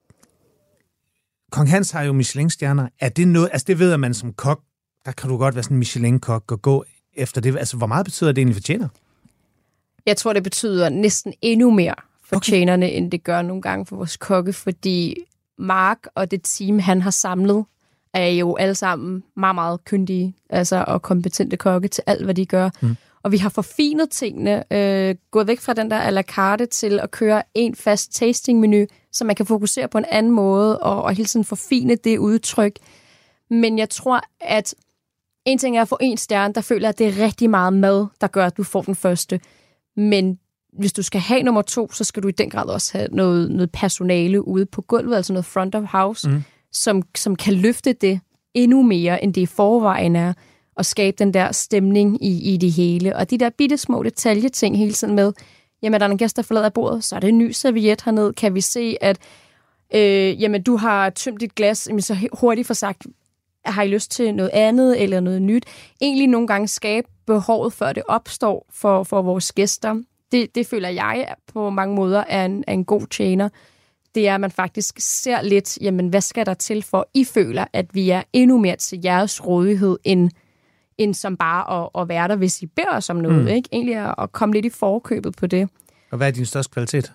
Kong Hans har jo Michelin-stjerner. Er det noget, altså det ved man som kok, der kan du godt være sådan en Michelin-kok og gå efter det. Altså, hvor meget betyder det egentlig for tjener? Jeg tror, det betyder næsten endnu mere for okay. tjenerne, end det gør nogle gange for vores kokke, fordi Mark og det team, han har samlet, er jo alle sammen meget, meget kyndige altså, og kompetente kokke til alt, hvad de gør. Mm. Og vi har forfinet tingene, øh, gået væk fra den der à la carte til at køre en fast tasting-menu, så man kan fokusere på en anden måde og, og hele tiden forfine det udtryk. Men jeg tror, at en ting er at få en stjerne, der føler, at det er rigtig meget mad, der gør, at du får den første. Men hvis du skal have nummer to, så skal du i den grad også have noget, noget personale ude på gulvet, altså noget front of house, mm. som, som kan løfte det endnu mere, end det i forvejen er, og skabe den der stemning i, i det hele. Og de der bitte små detaljeting hele tiden med, jamen, der er en gæst, der forlader bordet, så er det en ny serviet hernede. Kan vi se, at øh, jamen, du har tømt dit glas, jamen, så hurtigt for sagt, har I lyst til noget andet eller noget nyt? Egentlig nogle gange skabe behovet, før det opstår for, for vores gæster. Det, det føler jeg på mange måder er en, er en god tjener. Det er, at man faktisk ser lidt, jamen, hvad skal der til for, I føler, at vi er endnu mere til jeres rådighed, end, end som bare at, at være der, hvis I beder os om noget. Mm. Ikke? Egentlig at, at komme lidt i forkøbet på det. Og hvad er din største kvalitet?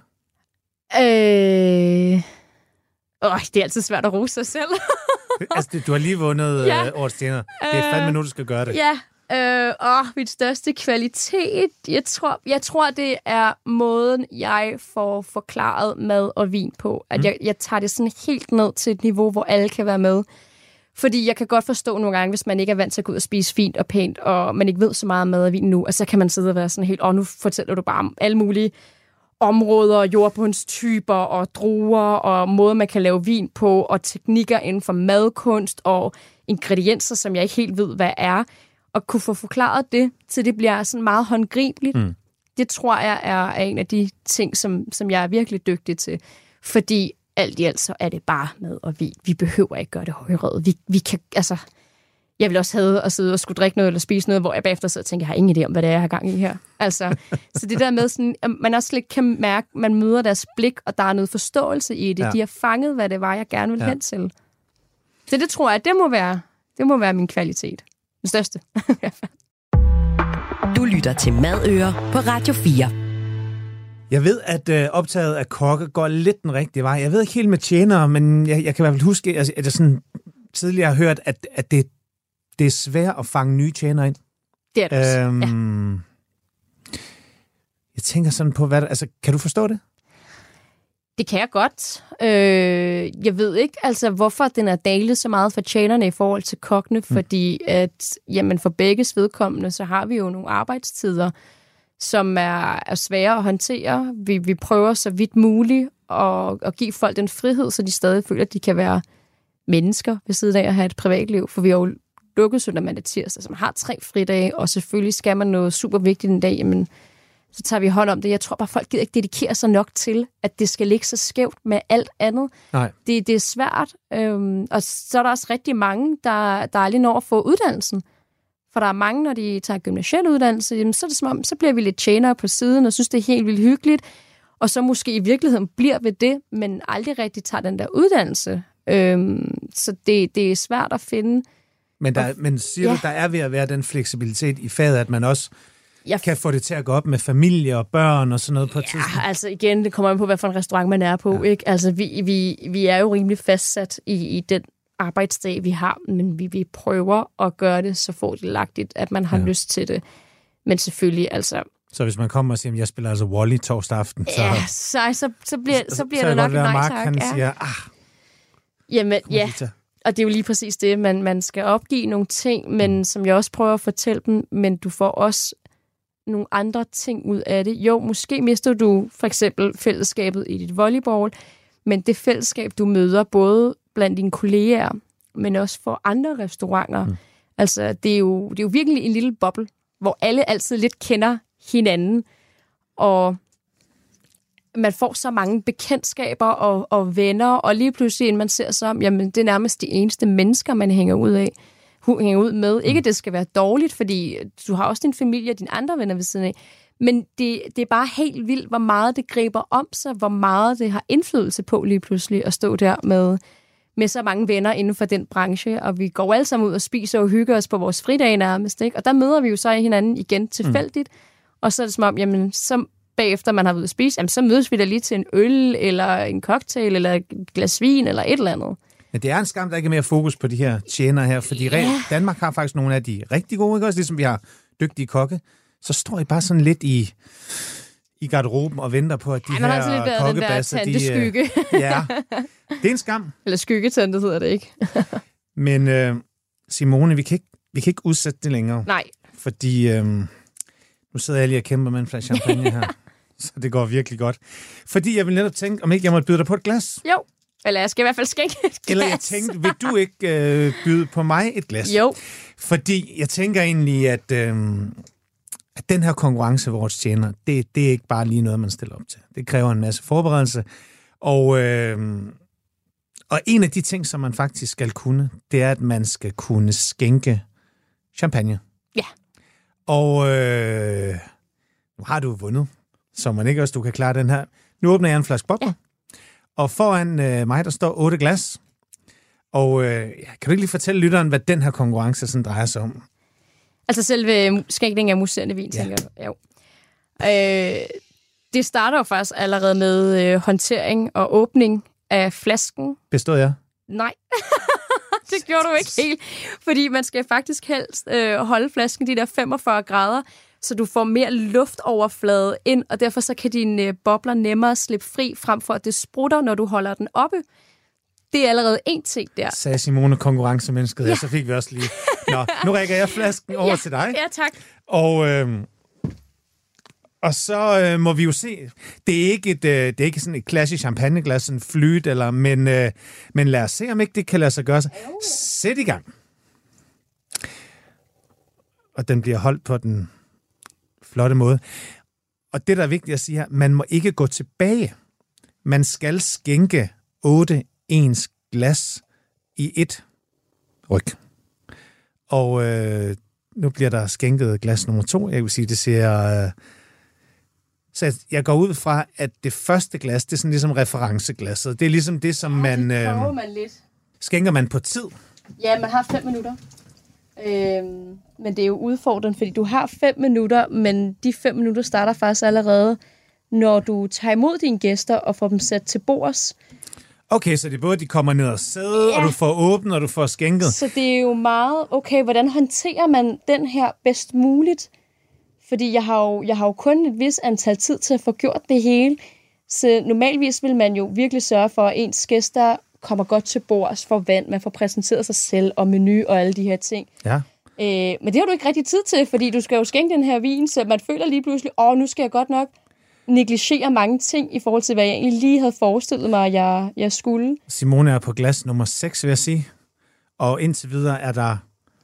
Øh... Åh, det er altid svært at rose sig selv. Altså, du har lige vundet ja. øh, årets tjener. Det er fandme nu, du skal gøre det. Ja. Øh, åh, mit største kvalitet. Jeg tror, jeg tror, det er måden, jeg får forklaret mad og vin på. At mm. jeg, jeg tager det sådan helt ned til et niveau, hvor alle kan være med. Fordi jeg kan godt forstå nogle gange, hvis man ikke er vant til at gå ud og spise fint og pænt, og man ikke ved så meget om mad og vin nu, og så kan man sidde og være sådan helt, åh, nu fortæller du bare om alle mulige områder, jordbundstyper og druer, og måder, man kan lave vin på, og teknikker inden for madkunst, og ingredienser, som jeg ikke helt ved, hvad er. Og kunne få forklaret det, til det bliver sådan meget håndgribeligt. Mm. Det tror jeg er, er en af de ting, som, som jeg er virkelig dygtig til. Fordi alt i alt, så er det bare mad og vin. Vi behøver ikke gøre det højrøget. Vi, vi kan, altså... Jeg vil også have at sidde og skulle drikke noget eller spise noget, hvor jeg bagefter sidder og tænker, jeg har ingen idé om, hvad det er, jeg har gang i her. Altså, så det der med, sådan, at man også lidt kan mærke, at man møder deres blik, og der er noget forståelse i det. Ja. De har fanget, hvad det var, jeg gerne ville ja. hen til. Så det tror jeg, det må være, det må være min kvalitet. Den største. Du lytter til Madører på Radio fire. Jeg ved, at øh, optaget af kokke går lidt den rigtige vej. Jeg ved ikke helt med tjenere, men jeg, jeg kan i hvert fald huske, at jeg sådan tidligere har hørt, at, at det, det er svært at fange nye tjenere ind. Det er det også, øhm, ja. Jeg tænker sådan på, hvad der, altså, kan du forstå det? Det kan jeg godt. Øh, jeg ved ikke, altså, hvorfor den er dalet så meget for tjenerne i forhold til kokkene, mm. fordi at, jamen, for begges vedkommende, så har vi jo nogle arbejdstider, som er, er svære at håndtere. Vi, vi prøver så vidt muligt at, at give folk den frihed, så de stadig føler, at de kan være mennesker ved siden af at have et privatliv, for vi har jo lukket søndag, mandag, tirsdag, som har tre fridage, og selvfølgelig skal man noget super vigtigt en dag, jamen, så tager vi hånd om det. Jeg tror bare, folk gider ikke dedikere sig nok til, at det skal ligge så skævt med alt andet. Nej. Det, det er svært, øhm, og så er der også rigtig mange, der, der aldrig når at få uddannelsen. For der er mange, når de tager gymnasiel uddannelse, jamen, så er det som om, så bliver vi lidt tjenere på siden, og synes, det er helt vildt hyggeligt, og så måske i virkeligheden bliver ved det, men aldrig rigtig tager den der uddannelse. Øhm, så det, det er svært at finde. Men, der, men siger ja. du, der er ved at være den fleksibilitet i faget, at man også jeg kan få det til at gå op med familie og børn og sådan noget på et ja, tidspunkt? Ja, altså igen, det kommer an på, hvad for en restaurant man er på. Ja. Ikke? Altså, vi, vi, vi er jo rimelig fastsat i, i den arbejdsdag, vi har, men vi, vi prøver at gøre det så fordelagtigt, at man har ja. lyst til det. Men selvfølgelig, altså... Så hvis man kommer og siger, at jeg spiller altså Wall-E torsdag aften, så... Ja, så, så, så bliver, så bliver så det nok et nej tak. Mark, han ja. siger, ah... Jamen, ja, og det er jo lige præcis det, man, man skal opgive nogle ting, men mm. som jeg også prøver at fortælle dem, men du får også nogle andre ting ud af det. Jo, måske mister du for eksempel fællesskabet i dit volleyball, men det fællesskab, du møder både blandt dine kolleger, men også for andre restauranter. Mm. Altså, det er, jo, det er jo virkelig en lille boble, hvor alle altid lidt kender hinanden, og man får så mange bekendtskaber og, og venner, og lige pludselig, inden man ser sig om, jamen, det er nærmest de eneste mennesker, man hænger ud af. hænger ud med. Ikke, at det skal være dårligt, fordi du har også din familie og dine andre venner ved siden af. Men det, det er bare helt vildt, hvor meget det griber om sig, hvor meget det har indflydelse på lige pludselig at stå der med, med så mange venner inden for den branche. Og vi går alle sammen ud og spiser og hygger os på vores fridage nærmest. Ikke? Og der møder vi jo så hinanden igen tilfældigt. Mm. Og så er det som om, jamen, så bagefter man har været at spise, jamen, så mødes vi da lige til en øl, eller en cocktail, eller et glas vin, eller et eller andet. Men det er en skam, der ikke er mere fokus på de her tjenere her, fordi yeah. Danmark har faktisk nogle af de rigtig gode, ikke også? Ligesom vi har dygtige kokke. Så står I bare sådan lidt i, i garderoben og venter på, at de ja, her kokkebasser... Den der skygge. Ja, det er en skam. Eller skyggetante hedder det ikke. Men øh, Simone, vi kan, ikke, vi kan ikke udsætte det længere. Nej. Fordi øh, nu sidder jeg lige og kæmper med en flaske champagne her. Så det går virkelig godt. Fordi jeg vil netop tænke, om ikke jeg måtte byde dig på et glas. Jo. Eller jeg skal i hvert fald skænke et glas. Eller jeg tænkte, vil du ikke øh, byde på mig et glas? Jo. Fordi jeg tænker egentlig, at, øh, at den her konkurrence, vores tjener, det, det er ikke bare lige noget, man stiller op til. Det kræver en masse forberedelse. Og, øh, og en af de ting, som man faktisk skal kunne, det er, at man skal kunne skænke champagne. Ja. Og øh, nu har du vundet, så man ikke også du kan klare den her. Nu åbner jeg en flaske bobler. Ja. Og foran øh, mig, der står otte glas. Og øh, kan du ikke lige fortælle lytteren, hvad den her konkurrence sådan drejer sig om? Altså selve skænkningen af muserende vin, ja. tænker jeg. Jo. Øh, det starter jo faktisk allerede med øh, håndtering og åbning af flasken. Bestod jeg? Nej, det gjorde du ikke helt. Fordi man skal faktisk helst øh, holde flasken de der femogfyrre grader, så du får mere luftoverflade ind, og derfor så kan dine øh, bobler nemmere slippe fri, frem for at det sprutter, når du holder den oppe. Det er allerede en ting der. Sagde Simone, konkurrencemennesket. Ja. Ja, så fik vi også lige... Nå, nu rækker jeg flasken over ja. til dig. Ja, tak. Og, øh, og så øh, må vi jo se... Det er ikke, et, øh, det er ikke sådan et klassisk champagneglas, sådan flyt, eller, men, øh, men lad os se, om ikke det kan lade sig gøre sig. Sæt i gang. Og den bliver holdt på den flotte måde. Og det, der er vigtigt at sige her, man må ikke gå tilbage. Man skal skænke otte ens glas i et ryg. Og øh, nu bliver der skænket glas nummer to. Jeg vil sige, det ser... Øh, så jeg går ud fra, at det første glas, det er sådan ligesom referenceglasset. Det er ligesom det, som man... Øh, man lidt. Skænker man på tid? Ja, man har fem minutter. Øhm, men det er jo udfordrende, fordi du har fem minutter, men de fem minutter starter faktisk allerede når du tager imod dine gæster og får dem sat til bords. Okay, så det er både, de kommer ned og sidder, ja. Og du får åbnet, og du får skænket. Så det er jo meget, okay, hvordan håndterer man den her bedst muligt? Fordi jeg har jo, jeg har jo kun et vis antal tid til at få gjort det hele. Så normalvis vil man jo virkelig sørge for, at ens gæster kommer godt til bords, får vand, man får præsenteret sig selv og menu og alle de her ting. Ja. Øh, men det har du ikke rigtig tid til, fordi du skal jo skænke den her vin, så man føler lige pludselig, åh, nu skal jeg godt nok negligere mange ting i forhold til, hvad jeg egentlig lige havde forestillet mig, at jeg, jeg skulle. Simone er på glas nummer seks, vil jeg sige. Og indtil videre er der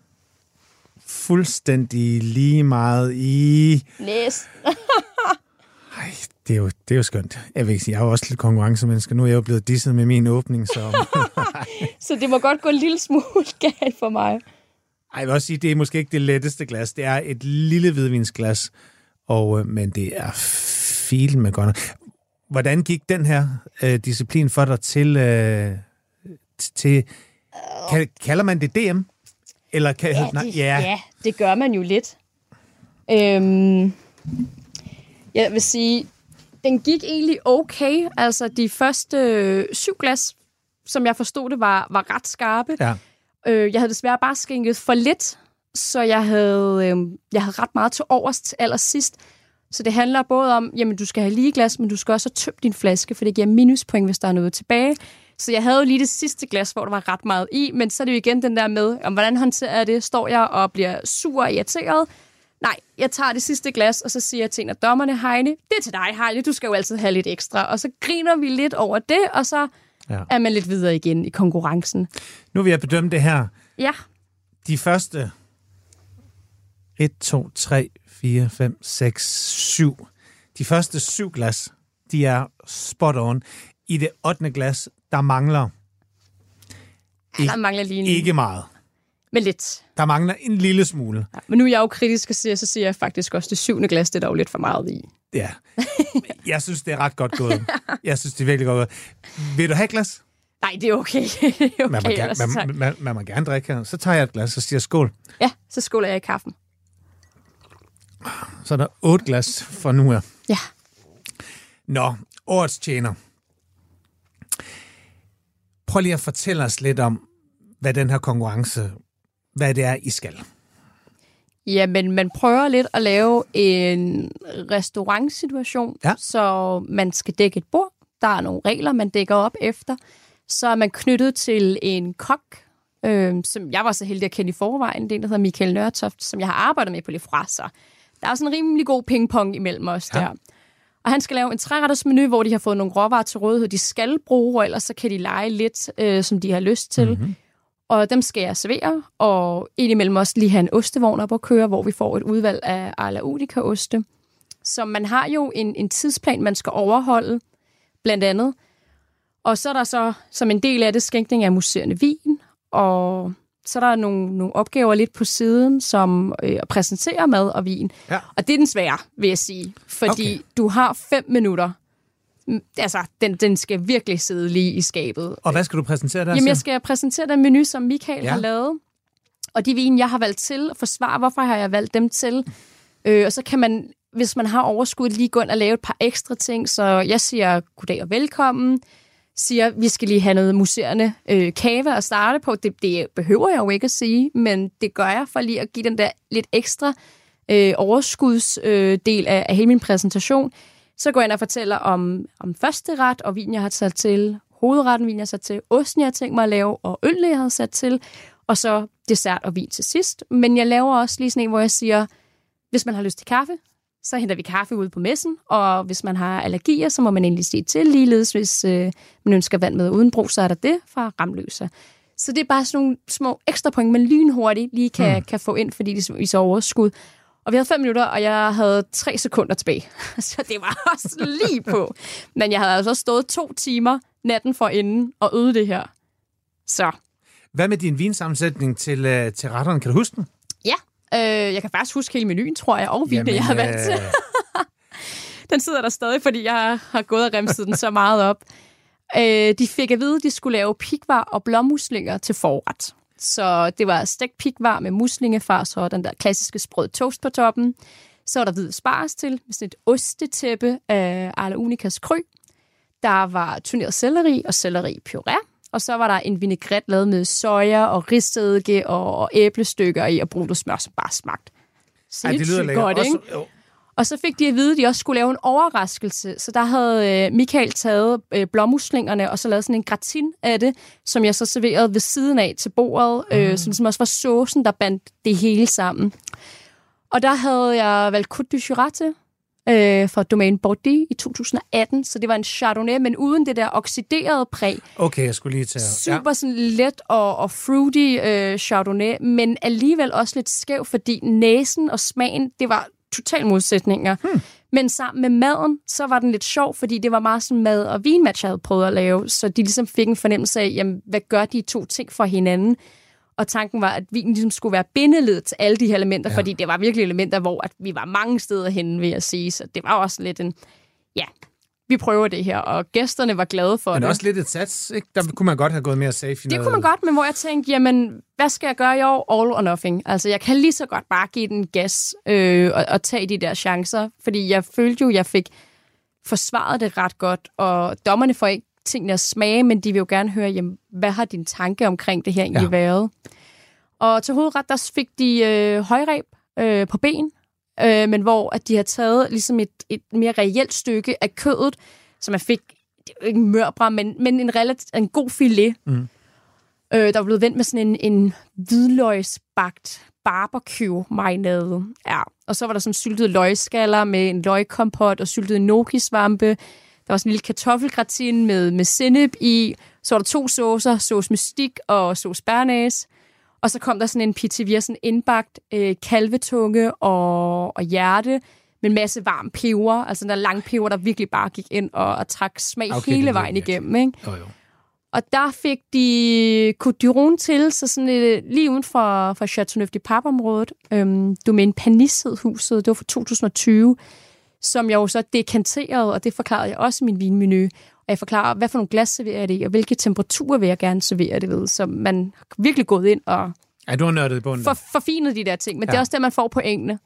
fuldstændig lige meget i... Næsten. Ej, det er, jo, det er jo skønt. Jeg vil ikke sige, jeg er jo også lidt konkurrencemenneske. Nu er jeg jo blevet disset med min åbning, så... Så det må godt gå en lille smule galt for mig. Ej, jeg vil også sige, det er måske ikke det letteste glas. Det er et lille hvidvinsglas, og, men det er filen med godt. Hvordan gik den her øh, disciplin for dig til... Øh, til kan, kalder man det D M? Eller kan, ja, nej, det, ja. ja, det gør man jo lidt. Øhm, jeg vil sige, den gik egentlig okay. Altså, de første øh, syv glas, som jeg forstod det, var, var ret skarpe. Ja. Øh, jeg havde desværre bare skænket for lidt, så jeg havde, øh, jeg havde ret meget til overs til allersidst. Så det handler både om, jamen du skal have lige glas, men du skal også have tømt din flaske, for det giver minuspoint, hvis der er noget tilbage. Så jeg havde jo lige det sidste glas, hvor der var ret meget i, men så er det jo igen den der med, om hvordan håndterer jeg det? Står jeg og bliver sur og irriteret? Nej, jeg tager det sidste glas, og så siger jeg til en af dommerne, Heine, det er til dig, Heine, du skal jo altid have lidt ekstra. Og så griner vi lidt over det, og så ja. er man lidt videre igen i konkurrencen. Nu vil jeg bedømme det her. Ja. De første et, to, tre, fire, fem, seks, syv. De første syv glas, de er spot on. I det ottende glas, der mangler ikke, der mangler lige en... ikke meget. Men lidt. Der mangler en lille smule. Ja, men nu er jeg jo kritisk og siger, så siger jeg faktisk også, det syvende glas, det er der jo lidt for meget i. Ja. Jeg synes, det er ret godt gået. Jeg synes, det er virkelig godt gået. Vil du have et glas? Nej, det er okay. Det er okay man, må gerne, man, man, man må gerne drikke her. Så tager jeg et glas og siger skål. Ja, så skåler jeg i kaffen. Så er der otte glas for nu her. Ja. Nå, årets tjener. Prøv lige at fortælle os lidt om, hvad den her konkurrence, hvad det er, I skal. Jamen, man prøver lidt at lave en restaurantsituation, ja. Så man skal dække et bord. Der er nogle regler, man dækker op efter. Så er man knyttet til en kok, øh, som jeg var så heldig at kende i forvejen. Det er en, der hedder Michael Nørtoft, som jeg har arbejdet med på Lefra. Så der er sådan en rimelig god pingpong imellem os ja. Der. Og han skal lave en treretters menu, hvor de har fået nogle råvarer til rådighed, de skal bruge, og ellers så kan de lege lidt, øh, som de har lyst til. Mm-hmm. Og dem skal jeg servere, og indimellem også lige have en ostevogn op at køre, hvor vi får et udvalg af Arla Unica-oste. Så man har jo en, en tidsplan, man skal overholde, blandt andet. Og så er der så, som en del af det, skænkning af museerne vin, og så er der nogle, nogle opgaver lidt på siden, som øh, at præsentere mad og vin. Ja. Og det er den svære, vil jeg sige, fordi okay. du har fem minutter. Altså, den, den skal virkelig sidde lige i skabet. Og hvad skal du præsentere der? Jamen, jeg skal præsentere den menu, som Michael ja. Har lavet. Og de vin, jeg har valgt til, og forsvare, hvorfor har jeg valgt dem til. Øh, og så kan man, hvis man har overskud, lige gå ind og lave et par ekstra ting. Så jeg siger goddag og velkommen. Siger, vi skal lige have noget museerne øh, kave at starte på. Det, det behøver jeg jo ikke at sige, men det gør jeg for lige at give den der lidt ekstra øh, overskudsdel øh, af, af hele min præsentation. Så går jeg ind og fortæller om, om første ret, og vin, jeg har sat til, hovedretten, vin, jeg har sat til, osten, jeg har tænkt mig at lave, og øl, jeg har sat til, og så dessert og vin til sidst. Men jeg laver også lige sådan en, hvor jeg siger, hvis man har lyst til kaffe, så henter vi kaffe ude på messen, og hvis man har allergier, så må man endelig sige til. Ligeledes, hvis øh, man ønsker vand med uden brug, så er der det fra Ramløse. Så det er bare sådan nogle små ekstra point, man lynhurtigt lige kan, mm. kan få ind, fordi de viser overskud. Og vi havde fem minutter, og jeg havde tre sekunder tilbage. Så det var også lige på. Men jeg havde altså stået to timer natten forinden og øvet det her. Så. Hvad med din vinsammensætning til, uh, til retterne? Kan du huske den? Ja, øh, jeg kan faktisk huske hele menuen, tror jeg, og vinen, jeg har valgt til. Den sidder der stadig, fordi jeg har gået og remset den så meget op. Øh, de fik at vide, at de skulle lave pikvar og blåmuslinger til forret. Så det var stegt pikvar med muslingefars og den der klassiske sprøde toast på toppen. Så var der hvid spars til, med sådan et ostetæppe af Arla Unicas Cru. Der var turneret selleri og selleri-puré. Og så var der en vinaigrette lavet med soja og risedike og æblestykker i og brunt smør, som bare smagte sindssygt godt, ikke? Også, og så fik de at vide, at de også skulle lave en overraskelse. Så der havde øh, Michael taget øh, blåmuslingerne og så lavet sådan en gratin af det, som jeg så serverede ved siden af til bordet, øh, mm. som, som også var saucen, der bandt det hele sammen. Og der havde jeg valgt Côte du Jura til, øh, fra Domaine Bordeaux i to tusind atten, så det var en Chardonnay, men uden det der oxiderede præg. Okay, jeg skulle lige tage... Super ja. sådan let og, og fruity øh, Chardonnay, men alligevel også lidt skæv, fordi næsen og smagen, det var total modsætninger. Hmm. Men sammen med maden, så var den lidt sjov, fordi det var meget sådan mad- og vinmatch, jeg havde prøvet at lave, så de ligesom fik en fornemmelse af, jamen, hvad gør de to ting for hinanden? Og tanken var, at vinen ligesom skulle være bindeled til alle de her elementer, ja. fordi det var virkelig elementer, hvor at vi var mange steder henne, vil jeg sige. Så det var også lidt en, ja, vi prøver det her, og gæsterne var glade for det. Men også lidt et sats, ikke? Der kunne man godt have gået mere safe i Det noget. kunne man godt, men hvor jeg tænkte, jamen, hvad skal jeg gøre i år? All or nothing. Altså, jeg kan lige så godt bare give den gas øh, og, og tage de der chancer, fordi jeg følte jo, jeg fik forsvaret det ret godt, og dommerne får ikke tingene at smage, men de vil jo gerne høre, jamen, hvad har din tanke omkring det her egentlig ja. været? Og til hovedret, der fik de øh, højreb øh, på ben, øh, men hvor at de har taget ligesom et, et mere reelt stykke af kødet, så man fik, det er jo ikke mørbra, men, men en, relativt, en god filet, mm. øh, der var blevet vendt med sådan en, en hvidløgsbagt barbecue-marinade. Ja. Og så var der sådan syltede løgskaller med en løgkompot og syltede gnocchi-svampe. Der var sådan en lille kartoffelgratin med, med sennep i. Så var der to saucer, sauce mystique og sauce béarnaise. Og så kom der sådan en pitivia, sådan indbagt øh, kalvetunge og, og hjerte med en masse varm peber. Altså den der lang peber, der virkelig bare gik ind og, og trak smag okay, hele vejen igennem. Ikke? Jo, jo. Og der fik de Côte du Rhône til, så sådan et, lige uden for, for Châteauneuf-du-Pape-området. Øhm, Domaine Panis hed huset, det var fra to tusind og tyve, som jeg jo så dekanterede, og det forklarede jeg også i min vinmenu. Og jeg forklarer, hvad for nogle glas serverer jeg det i, og hvilke temperaturer vil jeg gerne servere det ved. Så man har virkelig gået ind og ja, du har nørdet på for, forfinet de der ting. Men ja. det er også det, man får pointene.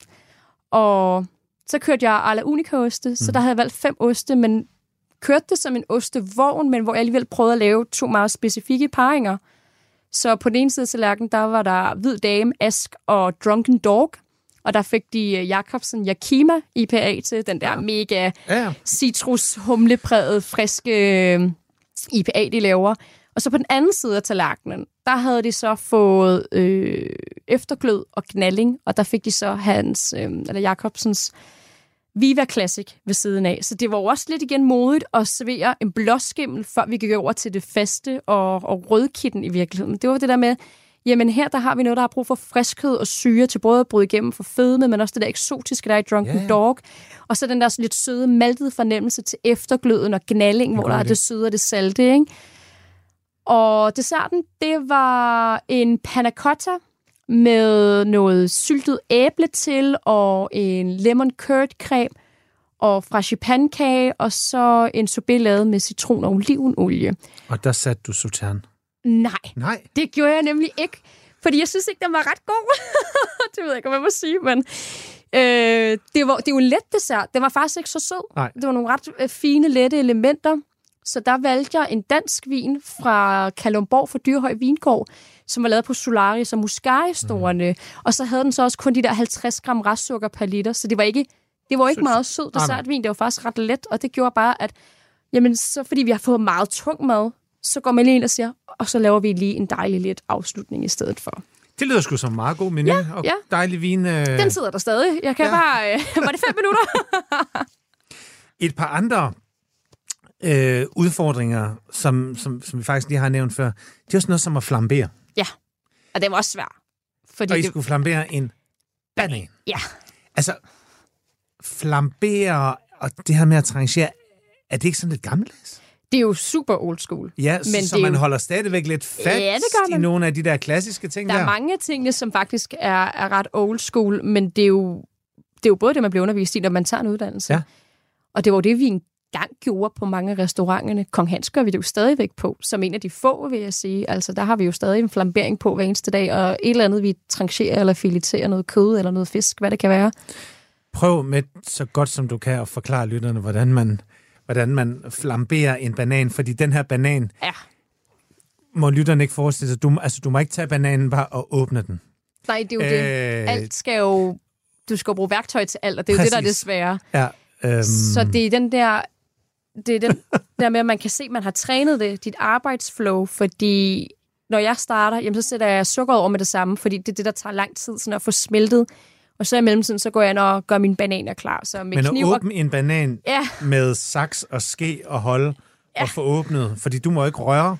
Og så kørte jeg Arla Unica-oste, mm. så der havde jeg valgt fem oste, men kørte det som en ostevogn, men hvor jeg alligevel prøvede at lave to meget specifikke paringer. Så på den ene side af tallerkenen, der var der Hvid Dame, Ask og Drunken Dog. Og der fik de Jacobsen Yakima I P A til, den der ja. mega ja. citrus-humlepræget, friske I P A, de laver. Og så på den anden side af tallerkenen, der havde de så fået øh, efterglød og knalling, og der fik de så hans, øh, eller Jacobsens Viva Classic ved siden af. Så det var også lidt igen modigt at servere en blåskimmel, før vi gik over til det faste og, og rødkitten i virkeligheden. Det var det der med, jamen her der har vi noget, der har brug for friskhed og syre til både at bryde igennem for fedme, men også det der eksotiske, der er i Drunken yeah. Dog. Og så den der lidt søde, maltede fornemmelse til eftergløden og knalling, hvor der er det søde og det salte, ikke? Og desserten, det var en panna cotta med noget syltet æble til, og en lemon curd creme, og frangipane-kage, og så en sorbet lavet med citron og olivenolie. Og der satte du sauterne? Nej, Nej, det gjorde jeg nemlig ikke, fordi jeg synes ikke, den var ret god. Det ved jeg ikke, hvad man må sige, men øh, det, var, det er jo en let dessert. Den var faktisk ikke så sød. Nej. Det var nogle ret øh, fine, lette elementer. Så der valgte jeg en dansk vin fra Kalundborg for Dyrehøj Vingård, som var lavet på Solaris og Muscari-storene. Mm. Og så havde den så også kun de der halvtreds gram restsukker per liter, så det var ikke, det var ikke Sød. meget sød dessertvin. Det var faktisk ret let, og det gjorde bare, at jamen, så fordi vi har fået meget tung mad, så går man lige ind og siger, og så laver vi lige en dejlig let afslutning i stedet for. Det lyder sgu som en meget god menu, ja, og ja. dejlig vin. Øh... Den sidder der stadig. Jeg kan ja. bare... Øh, var det fem minutter? Et par andre øh, udfordringer, som, som, som vi faktisk lige har nævnt før, det er også noget som at flambere. Ja, og det var også svært. Fordi og I det... skulle flambere en banan. Ja. Altså, flambere og det her med at tranchere, er det ikke sådan lidt gammeldags? Det er jo super old school. Ja, men så man jo... holder stadigvæk lidt fast ja, i nogle af de der klassiske ting der. Der er mange af tingene, som faktisk er, er ret old school, men det er, jo, det er jo både det, man bliver undervist i, når man tager en uddannelse. Ja. Og det var det, vi engang gjorde på mange af restauranterne. Kong Hans gør vi det jo stadigvæk på, som en af de få, vil jeg sige. Altså, der har vi jo stadig en flambering på hver eneste dag, og et eller andet, vi trancherer eller fileterer noget kød eller noget fisk, hvad det kan være. prøv med så godt som du kan at forklare lytterne, hvordan man, hvordan man flamberer en banan, fordi den her banan, ja. må lytterne ikke forestille sig, du, altså du må ikke tage bananen bare og åbne den. Nej, det er jo øh, det. Alt skal jo, du skal jo bruge værktøj til alt, og det er jo præcis. Det, der er det svære. Ja, øhm. Så det er den der, det er den der med, at man kan se, at man har trænet det, dit arbejdsflow, fordi når jeg starter, jamen, så sætter jeg sukker over med det samme, fordi det er det, der tager lang tid sådan at få smeltet. Og så i mellemtiden, så går jeg ind og gør mine bananer klar. Så med Men kniv at åbne en banan ja. med saks og ske og holde ja. og få åbnet, fordi du må ikke røre.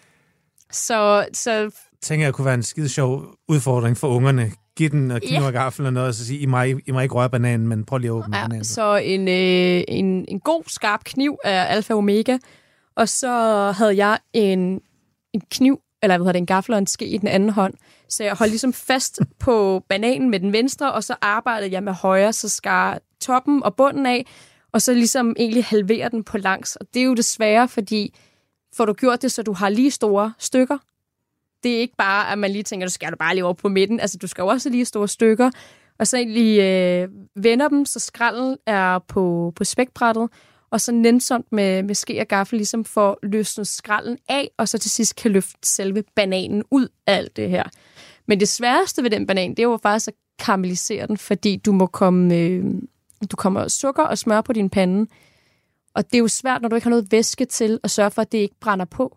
Så, så tænker jeg kunne være en skide sjov udfordring for ungerne. Giv den og kniv og gaffel og noget, og så sige, I må, I må ikke røre bananen, men prøv lige at åbne ja, bananen. Så en, øh, en, en god, skarp kniv af Alfa Omega, og så havde jeg en, en kniv, eller hvad hedder det, en gaffel og en ske i den anden hånd. Så jeg holdt ligesom fast på bananen med den venstre, og så arbejdede jeg med højre, så skar toppen og bunden af, og så ligesom egentlig halvere den på langs. Og det er jo det svære, fordi får du gjort det, så du har lige store stykker. Det er ikke bare, at man lige tænker, du skal du bare lige over på midten. Altså, du skal jo også lige store stykker. Og så egentlig øh, vender dem, så skralden er på, på spækbrættet, og så nænsomt med, med ske og gaffel, ligesom for at løsne skralden af, og så til sidst kan løfte selve bananen ud af alt det her. Men det sværeste ved den banan, det er jo faktisk at karamellisere den, fordi du må komme, øh, du kommer sukker og smør på din pande. Og det er jo svært, når du ikke har noget væske til at sørge for, at det ikke brænder på.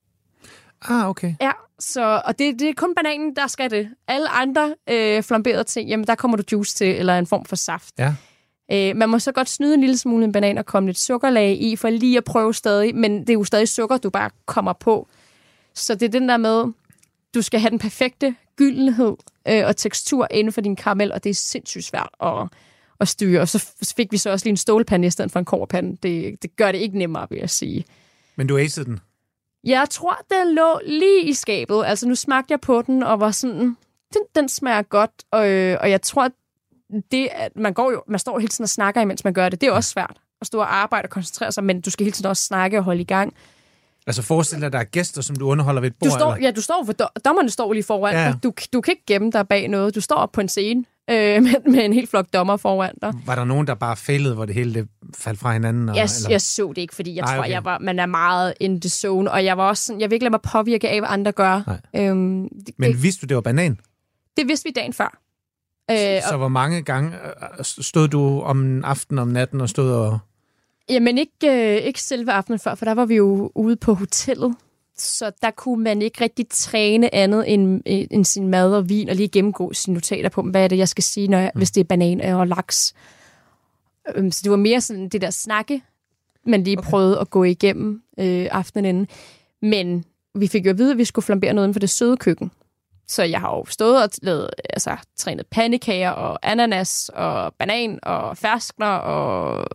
Ah, okay. Ja, så, og det, det er kun bananen, der skal det. Alle andre øh, flamberede ting, jamen der kommer du juice til, eller en form for saft. Ja. Øh, man må så godt snyde en lille smule en banan og komme lidt sukkerlag i, for lige at prøve stadig, men det er jo stadig sukker, du bare kommer på. Så det er den der med, du skal have den perfekte gyldenhed øh, og tekstur inden for din karamel, og det er sindssygt svært at, at styre. Og så fik vi så også lige en stålpande i stedet for en kobberpande. Det, det gør det ikke nemmere, vil jeg sige. Men du acede den? Jeg tror, den lå lige i skabet. Altså, nu smagte jeg på den, og var sådan, den, den smager godt, og, øh, og jeg tror, det, at man går jo, man står hele tiden og snakker, imens man gør det, det er også svært at stå og arbejde og koncentrere sig, men du skal hele tiden også snakke og holde i gang. Altså forestil dig, at der er gæster, som du underholder ved et bord? Du står, ja, du står for, dommerne står lige foran ja. dig. Du, du kan ikke gemme dig bag noget. Du står op på en scene øh, med, med en helt flok dommer foran dig. Var der nogen, der bare failede, hvor det hele det faldt fra hinanden? Og, jeg, eller? jeg så det ikke, fordi jeg Ej, tror, okay. jeg var, man er meget in the zone, og jeg var også sådan, jeg vil ikke lade mig påvirke af, hvad andre gør. Øhm, det, Men det, vidste du, det var banan? Det vidste vi dagen før. Øh, så og, hvor mange gange stod du om aftenen, om natten og stod og... Jamen ikke, øh, ikke selve aftenen før, for der var vi jo ude på hotellet. Så der kunne man ikke rigtig træne andet end, end sin mad og vin, og lige gennemgå sine notater på, hvad er det, jeg skal sige, når jeg, mm. hvis det er banan og laks. Øhm, så det var mere sådan det der snakke, man lige okay. prøvede at gå igennem øh, aftenen inden. Men vi fik jo at vide, at vi skulle flambere noget inden for det søde køkken. Så jeg har jo stået og lavet, altså, trænet pandekager og ananas og banan og ferskner og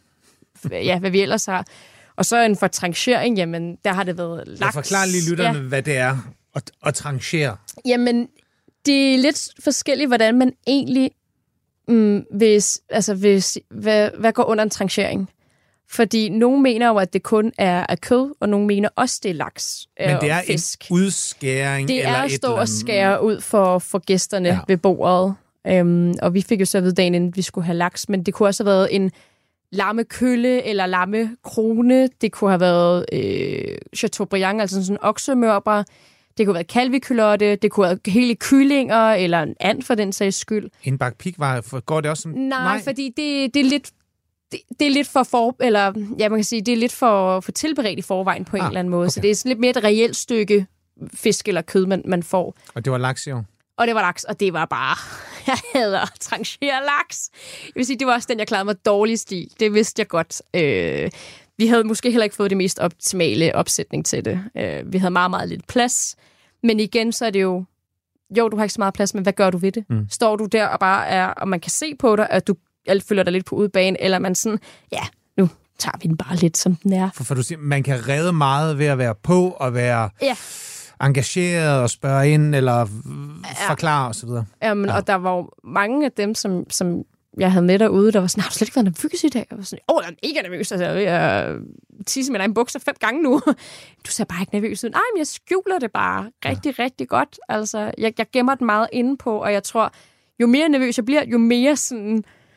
ja, hvad vi ellers har. Og så en for tranchering, jamen, der har det været laks. Jeg forklarer lige lytterne, ja. hvad det er at, at tranchere. Jamen, det er lidt forskelligt, hvordan man egentlig mm, hvis, altså, hvis, hvad, hvad går under en tranchering. Fordi nogen mener jo, at det kun er af kød, og nogen mener også, det er laks øh, Men det er fisk. en udskæring det eller er et at stå eller og skære ud for, for gæsterne ja. ved bordet. Øhm, og vi fik jo så at vide dagen inden, vi skulle have laks, men det kunne også have været en lammekølle eller lammekrone. Det kunne have været øh, chateaubriand, altså sådan en oksemørber. Det kunne have været kalvekylotte. Det kunne have været hele kyllinger, eller en and for den sags skyld. En bakke pikvar, går det også som... Nej, Nej. fordi det, det er lidt... Det, det er lidt for, for eller ja, man kan sige, det er lidt for, for tilberedt i forvejen på en ah, eller anden måde. Okay. Så det er sådan lidt mere et reelt stykke fisk eller kød, man, man får. Og det var laks, jo? Og det var laks, og det var bare... Jeg hader at tranchere laks. Jeg vil sige, det var også den, jeg klarede mig dårligst i. Det vidste jeg godt. Øh, vi havde måske heller ikke fået det mest optimale opsætning til det. Øh, vi havde meget, meget lidt plads. Men igen, så er det jo... Jo, du har ikke så meget plads, men hvad gør du ved det? Mm. Står du der og bare er... Og man kan se på dig, at du følger dig lidt på udebane, eller man sådan... Ja, nu tager vi den bare lidt, som den er. For, for du siger, man kan redde meget ved at være på og være... Ja. engageret og spørge ind, eller ja. forklare osv. Jamen, ja. Og der var jo mange af dem, som, som jeg havde med derude, der var sådan, har du slet ikke været nervøs i dag? Jeg var sådan, åh, oh, jeg er mega nervøs. Altså, jeg er tisse med en bukser fem gange nu. Du ser bare ikke nervøs ud. Nej, men jeg skjuler det bare rigtig, ja. rigtig godt. Altså, jeg, jeg gemmer den meget inde på, og jeg tror, jo mere nervøs jeg bliver, jo mere sådan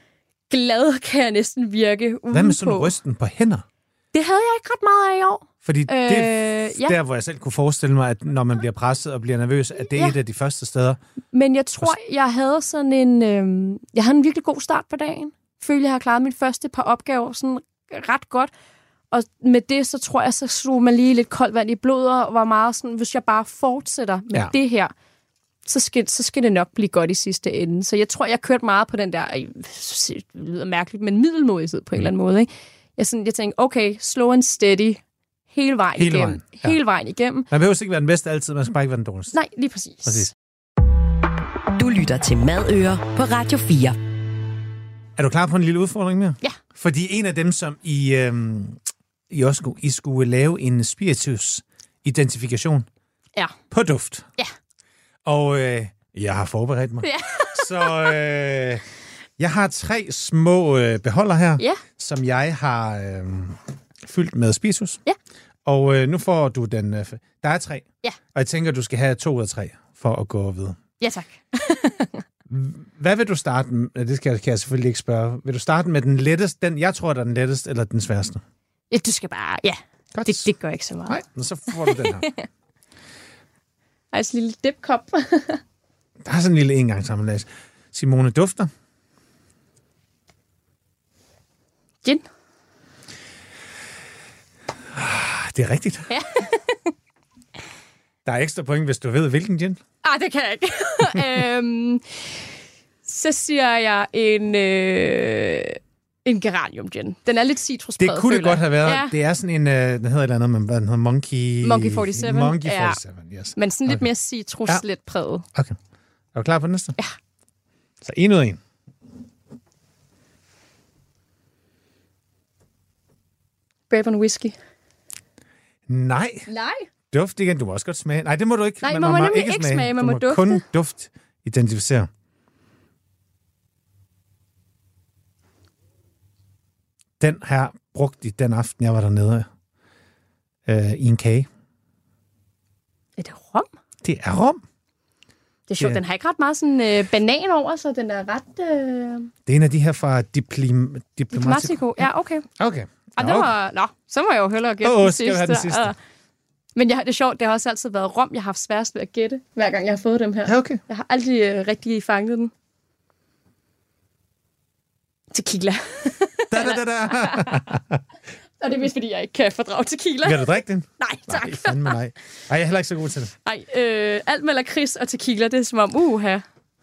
glad kan jeg næsten virke udenpå. Hvad med sådan rysten på hænder? Det havde jeg ikke ret meget af i år. Fordi det er Øh, ja. der, hvor jeg selv kunne forestille mig, at når man bliver presset og bliver nervøs, at det er Ja. et af de første steder. Men jeg tror, jeg havde sådan en... Øh, jeg havde en virkelig god start på dagen. Følte, jeg har klaret mine første par opgaver sådan ret godt. Og med det, så tror jeg, så slog man lige lidt koldt vand i blodet, og var meget sådan, hvis jeg bare fortsætter med Ja. det her, så skal, så skal det nok blive godt i sidste ende. Så jeg tror, jeg kørte meget på den der, ej, det lyder mærkeligt, men middelmodighed på en eller anden måde. Ikke? Jeg, sådan, jeg tænkte, okay, slow and steady, hele vejen Hele igennem. vejen, ja. Hele vejen igennem. Man behøver ikke være den bedste altid, man skal bare ikke være den dårligste. Nej, lige præcis. Præcis. Du lytter til Madøer på Radio fire. Er du klar på en lille udfordring mere? Ja. Fordi en af dem, som I, øhm, I også skulle, I skulle lave en spiritus-identifikation Ja. på duft. Ja. Og øh, jeg har forberedt mig. Ja. Så øh, jeg har tre små øh, beholder her, Ja. som jeg har øh, fyldt med spiritus. Ja. Og øh, nu får du den... Øh, der er tre. Ja. Og jeg tænker, du skal have to ud af tre for at gå videre. Ja, tak. Hvad vil du starte med? Det skal, kan jeg selvfølgelig ikke spørge. Vil du starte med den letteste, den jeg tror, der er den letteste, eller den sværeste? Ja, du skal bare... Ja, Godt. det, det gør ikke så meget. Nej, så får du den her. Ej, sådan en lille dipkop. Der er sådan en lille engangssammenlæs. Simone dufter. Gin. Det er rigtigt. Ja. Der er ekstra point, hvis du ved, hvilken gin. Ah, det kan jeg ikke. øhm, så siger jeg en, øh, en geranium gin. Den er lidt citruspræget, Det kunne det føler godt have været. jeg. Ja, Det er sådan en, øh, den hedder et eller andet, men hvad den hedder, Monkey... Monkey fyrre-syv. Monkey Ja. fyrre-syv, yes. men sådan lidt Okay. mere citrus, Ja. lidt præget. Okay. Er du klar på den næste? Ja. Så en ud af en. Bourbon whisky. Nej. Nej. Duft igen. Du må også godt smage. Nej, det må du ikke. Nej, Men man må nemlig ikke smage, man du må må dufte. kun duft identificere. Den her brugte i den aften, jeg var dernede øh, i en kage. Er det rom? Det er rom. Det er sjovt, Ja. den har ikke ret meget sådan øh, banan over, så den er ret... Øh... Det er en af de her fra Diplim, Diplomatico. Diplomatico. Ja, okay. Okay. Og Nå, det var... Nå, så må jeg jo hellere gætte Åh, den skal vi sidste. have den sidste? Ah. Men jeg, det er sjovt, det har også altid været rom, jeg har haft sværest ved at gætte, hver gang jeg har fået dem her. Ja, okay. Jeg har aldrig øh, rigtig fanget den. Tequila. Da, da, da, da. Og det er mest, fordi jeg ikke kan fordrage tequila. Kan du drikke den? Nej, tak. Nej, fandme nej. Ej, jeg er heller ikke så god til det. Nej, øh, alt med lakrids og tequila, det er som om, uha.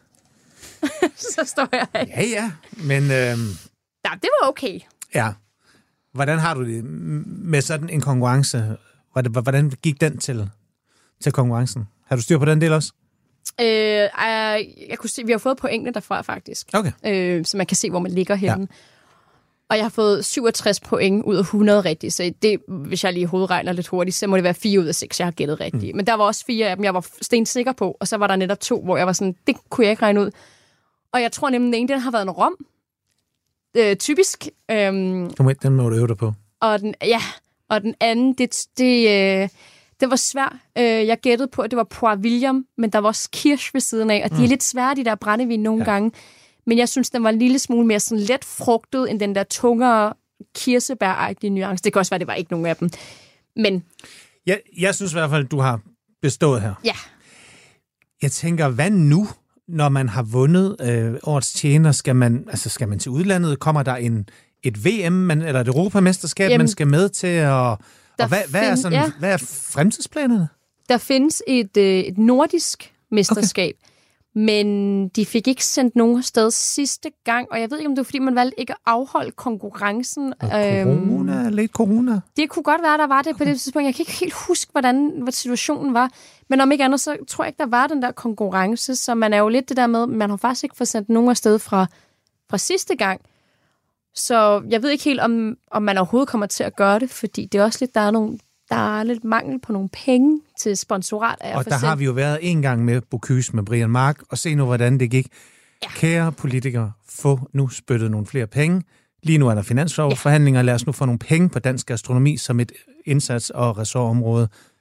Så står jeg af. Ja, ja. Men øh, Ja, det var okay. ja. Hvordan har du det med sådan en konkurrence? Hvordan gik den til, til konkurrencen? Har du styr på den del også? Øh, øh, jeg kunne se, vi har fået pointene derfra, faktisk. Okay. Øh, så man kan se, hvor man ligger henne. Ja. Og jeg har fået syvogtres point ud af hundrede rigtigt, så det, hvis jeg lige hovedregner lidt hurtigt, så må det være fire ud af seks, jeg har gættet rigtigt. Mm. Men der var også fire af dem, jeg var stensikker på, og så var der netop to, hvor jeg var sådan, det kunne jeg ikke regne ud. Og jeg tror nemlig, den ene, den har været en rom. Øh, typisk. Øhm, Den må du øve dig på. og den, ja, og den anden, det, det, øh, det var svært. Øh, jeg gættede på, at det var Poir William, men der var også kirsch ved siden af, og de mm. er lidt svære, de der brændevin nogle ja. gange. Men jeg synes, den var en lille smule mere sådan let frugtet, end den der tungere kirsebær-agtige nuance. Det kan også være, det var ikke nogen af dem. Men Jeg, jeg synes i hvert fald, du har bestået her. ja, Jeg tænker, hvad nu, når man har vundet øh, årets tjener? Skal man, altså, skal man til udlandet? Kommer der en, et V M man, eller et europamesterskab, Jamen, man skal med til? Og, og hvad, hvad, er find- sådan, ja. hvad er fremtidsplanerne? der findes et, øh, et nordisk mesterskab, okay. Men de fik ikke sendt nogen sted sidste gang, og jeg ved ikke, om det var, fordi man valgte ikke at afholde konkurrencen. Og corona, øhm, lidt corona. Det kunne godt være, der var det på det tidspunkt. Jeg kan ikke helt huske, hvordan hvad situationen var. Men om ikke andet, så tror jeg ikke, der var den der konkurrence. Så man er jo lidt det der med, man har faktisk ikke fået sendt nogen afsted fra, fra sidste gang. Så jeg ved ikke helt, om, om man overhovedet kommer til at gøre det, fordi det er også lidt, der er, nogle, der er lidt mangel på nogle penge til sponsorat. Af Og der har vi jo været en gang med Bocuse med Brian Mark, og se nu, hvordan det gik. Ja. Kære politikere, få nu spyttet nogle flere penge. Lige nu er der finanslovsforhandlinger. Lad os nu få nogle penge på dansk gastronomi som et indsats- og ressortområde.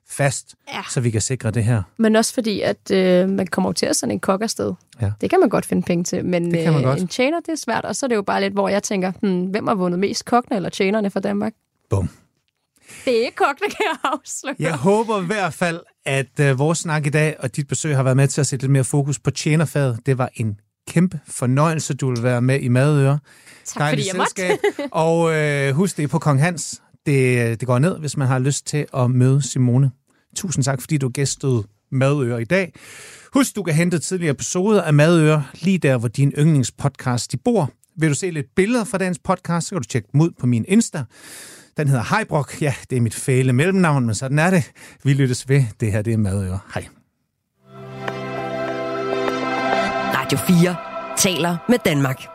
fast, ja. så vi kan sikre det her. Men også fordi, at øh, man kommer jo til at sådan en kok afsted. Ja. Det kan man godt finde penge til, men det kan man øh, godt. en tjener, det er svært. Og så er det jo bare lidt, hvor jeg tænker, hmm, hvem har vundet mest, kokkene eller tjenerne fra Danmark? Bum. Det er ikke kokkene, kan jeg afsløre. Jeg håber i hvert fald, at øh, vores snak i dag og dit besøg har været med til at sætte lidt mere fokus på tjenerfaget. Det var en kæmpe fornøjelse, du vil være med i Madøre. Tak Dejligt fordi jeg selskab. måtte. Og øh, husk det på Kong Hans. Det, det går ned, hvis man har lyst til at møde Simone. Tusind tak, fordi du gæstede Madøre i dag. Husk, du kan hente tidligere episoder af Madøre lige der, hvor din yndlingspodcast de bor. Vil du se lidt billeder fra dagens podcast, så kan du tjekke dem ud på min Insta. Den hedder Heibrok. Ja, det er mit fæle mellemnavn, men sådan er det. Vi lyttes ved. Det her, det er Madøre. Hej. Radio fire taler med Danmark.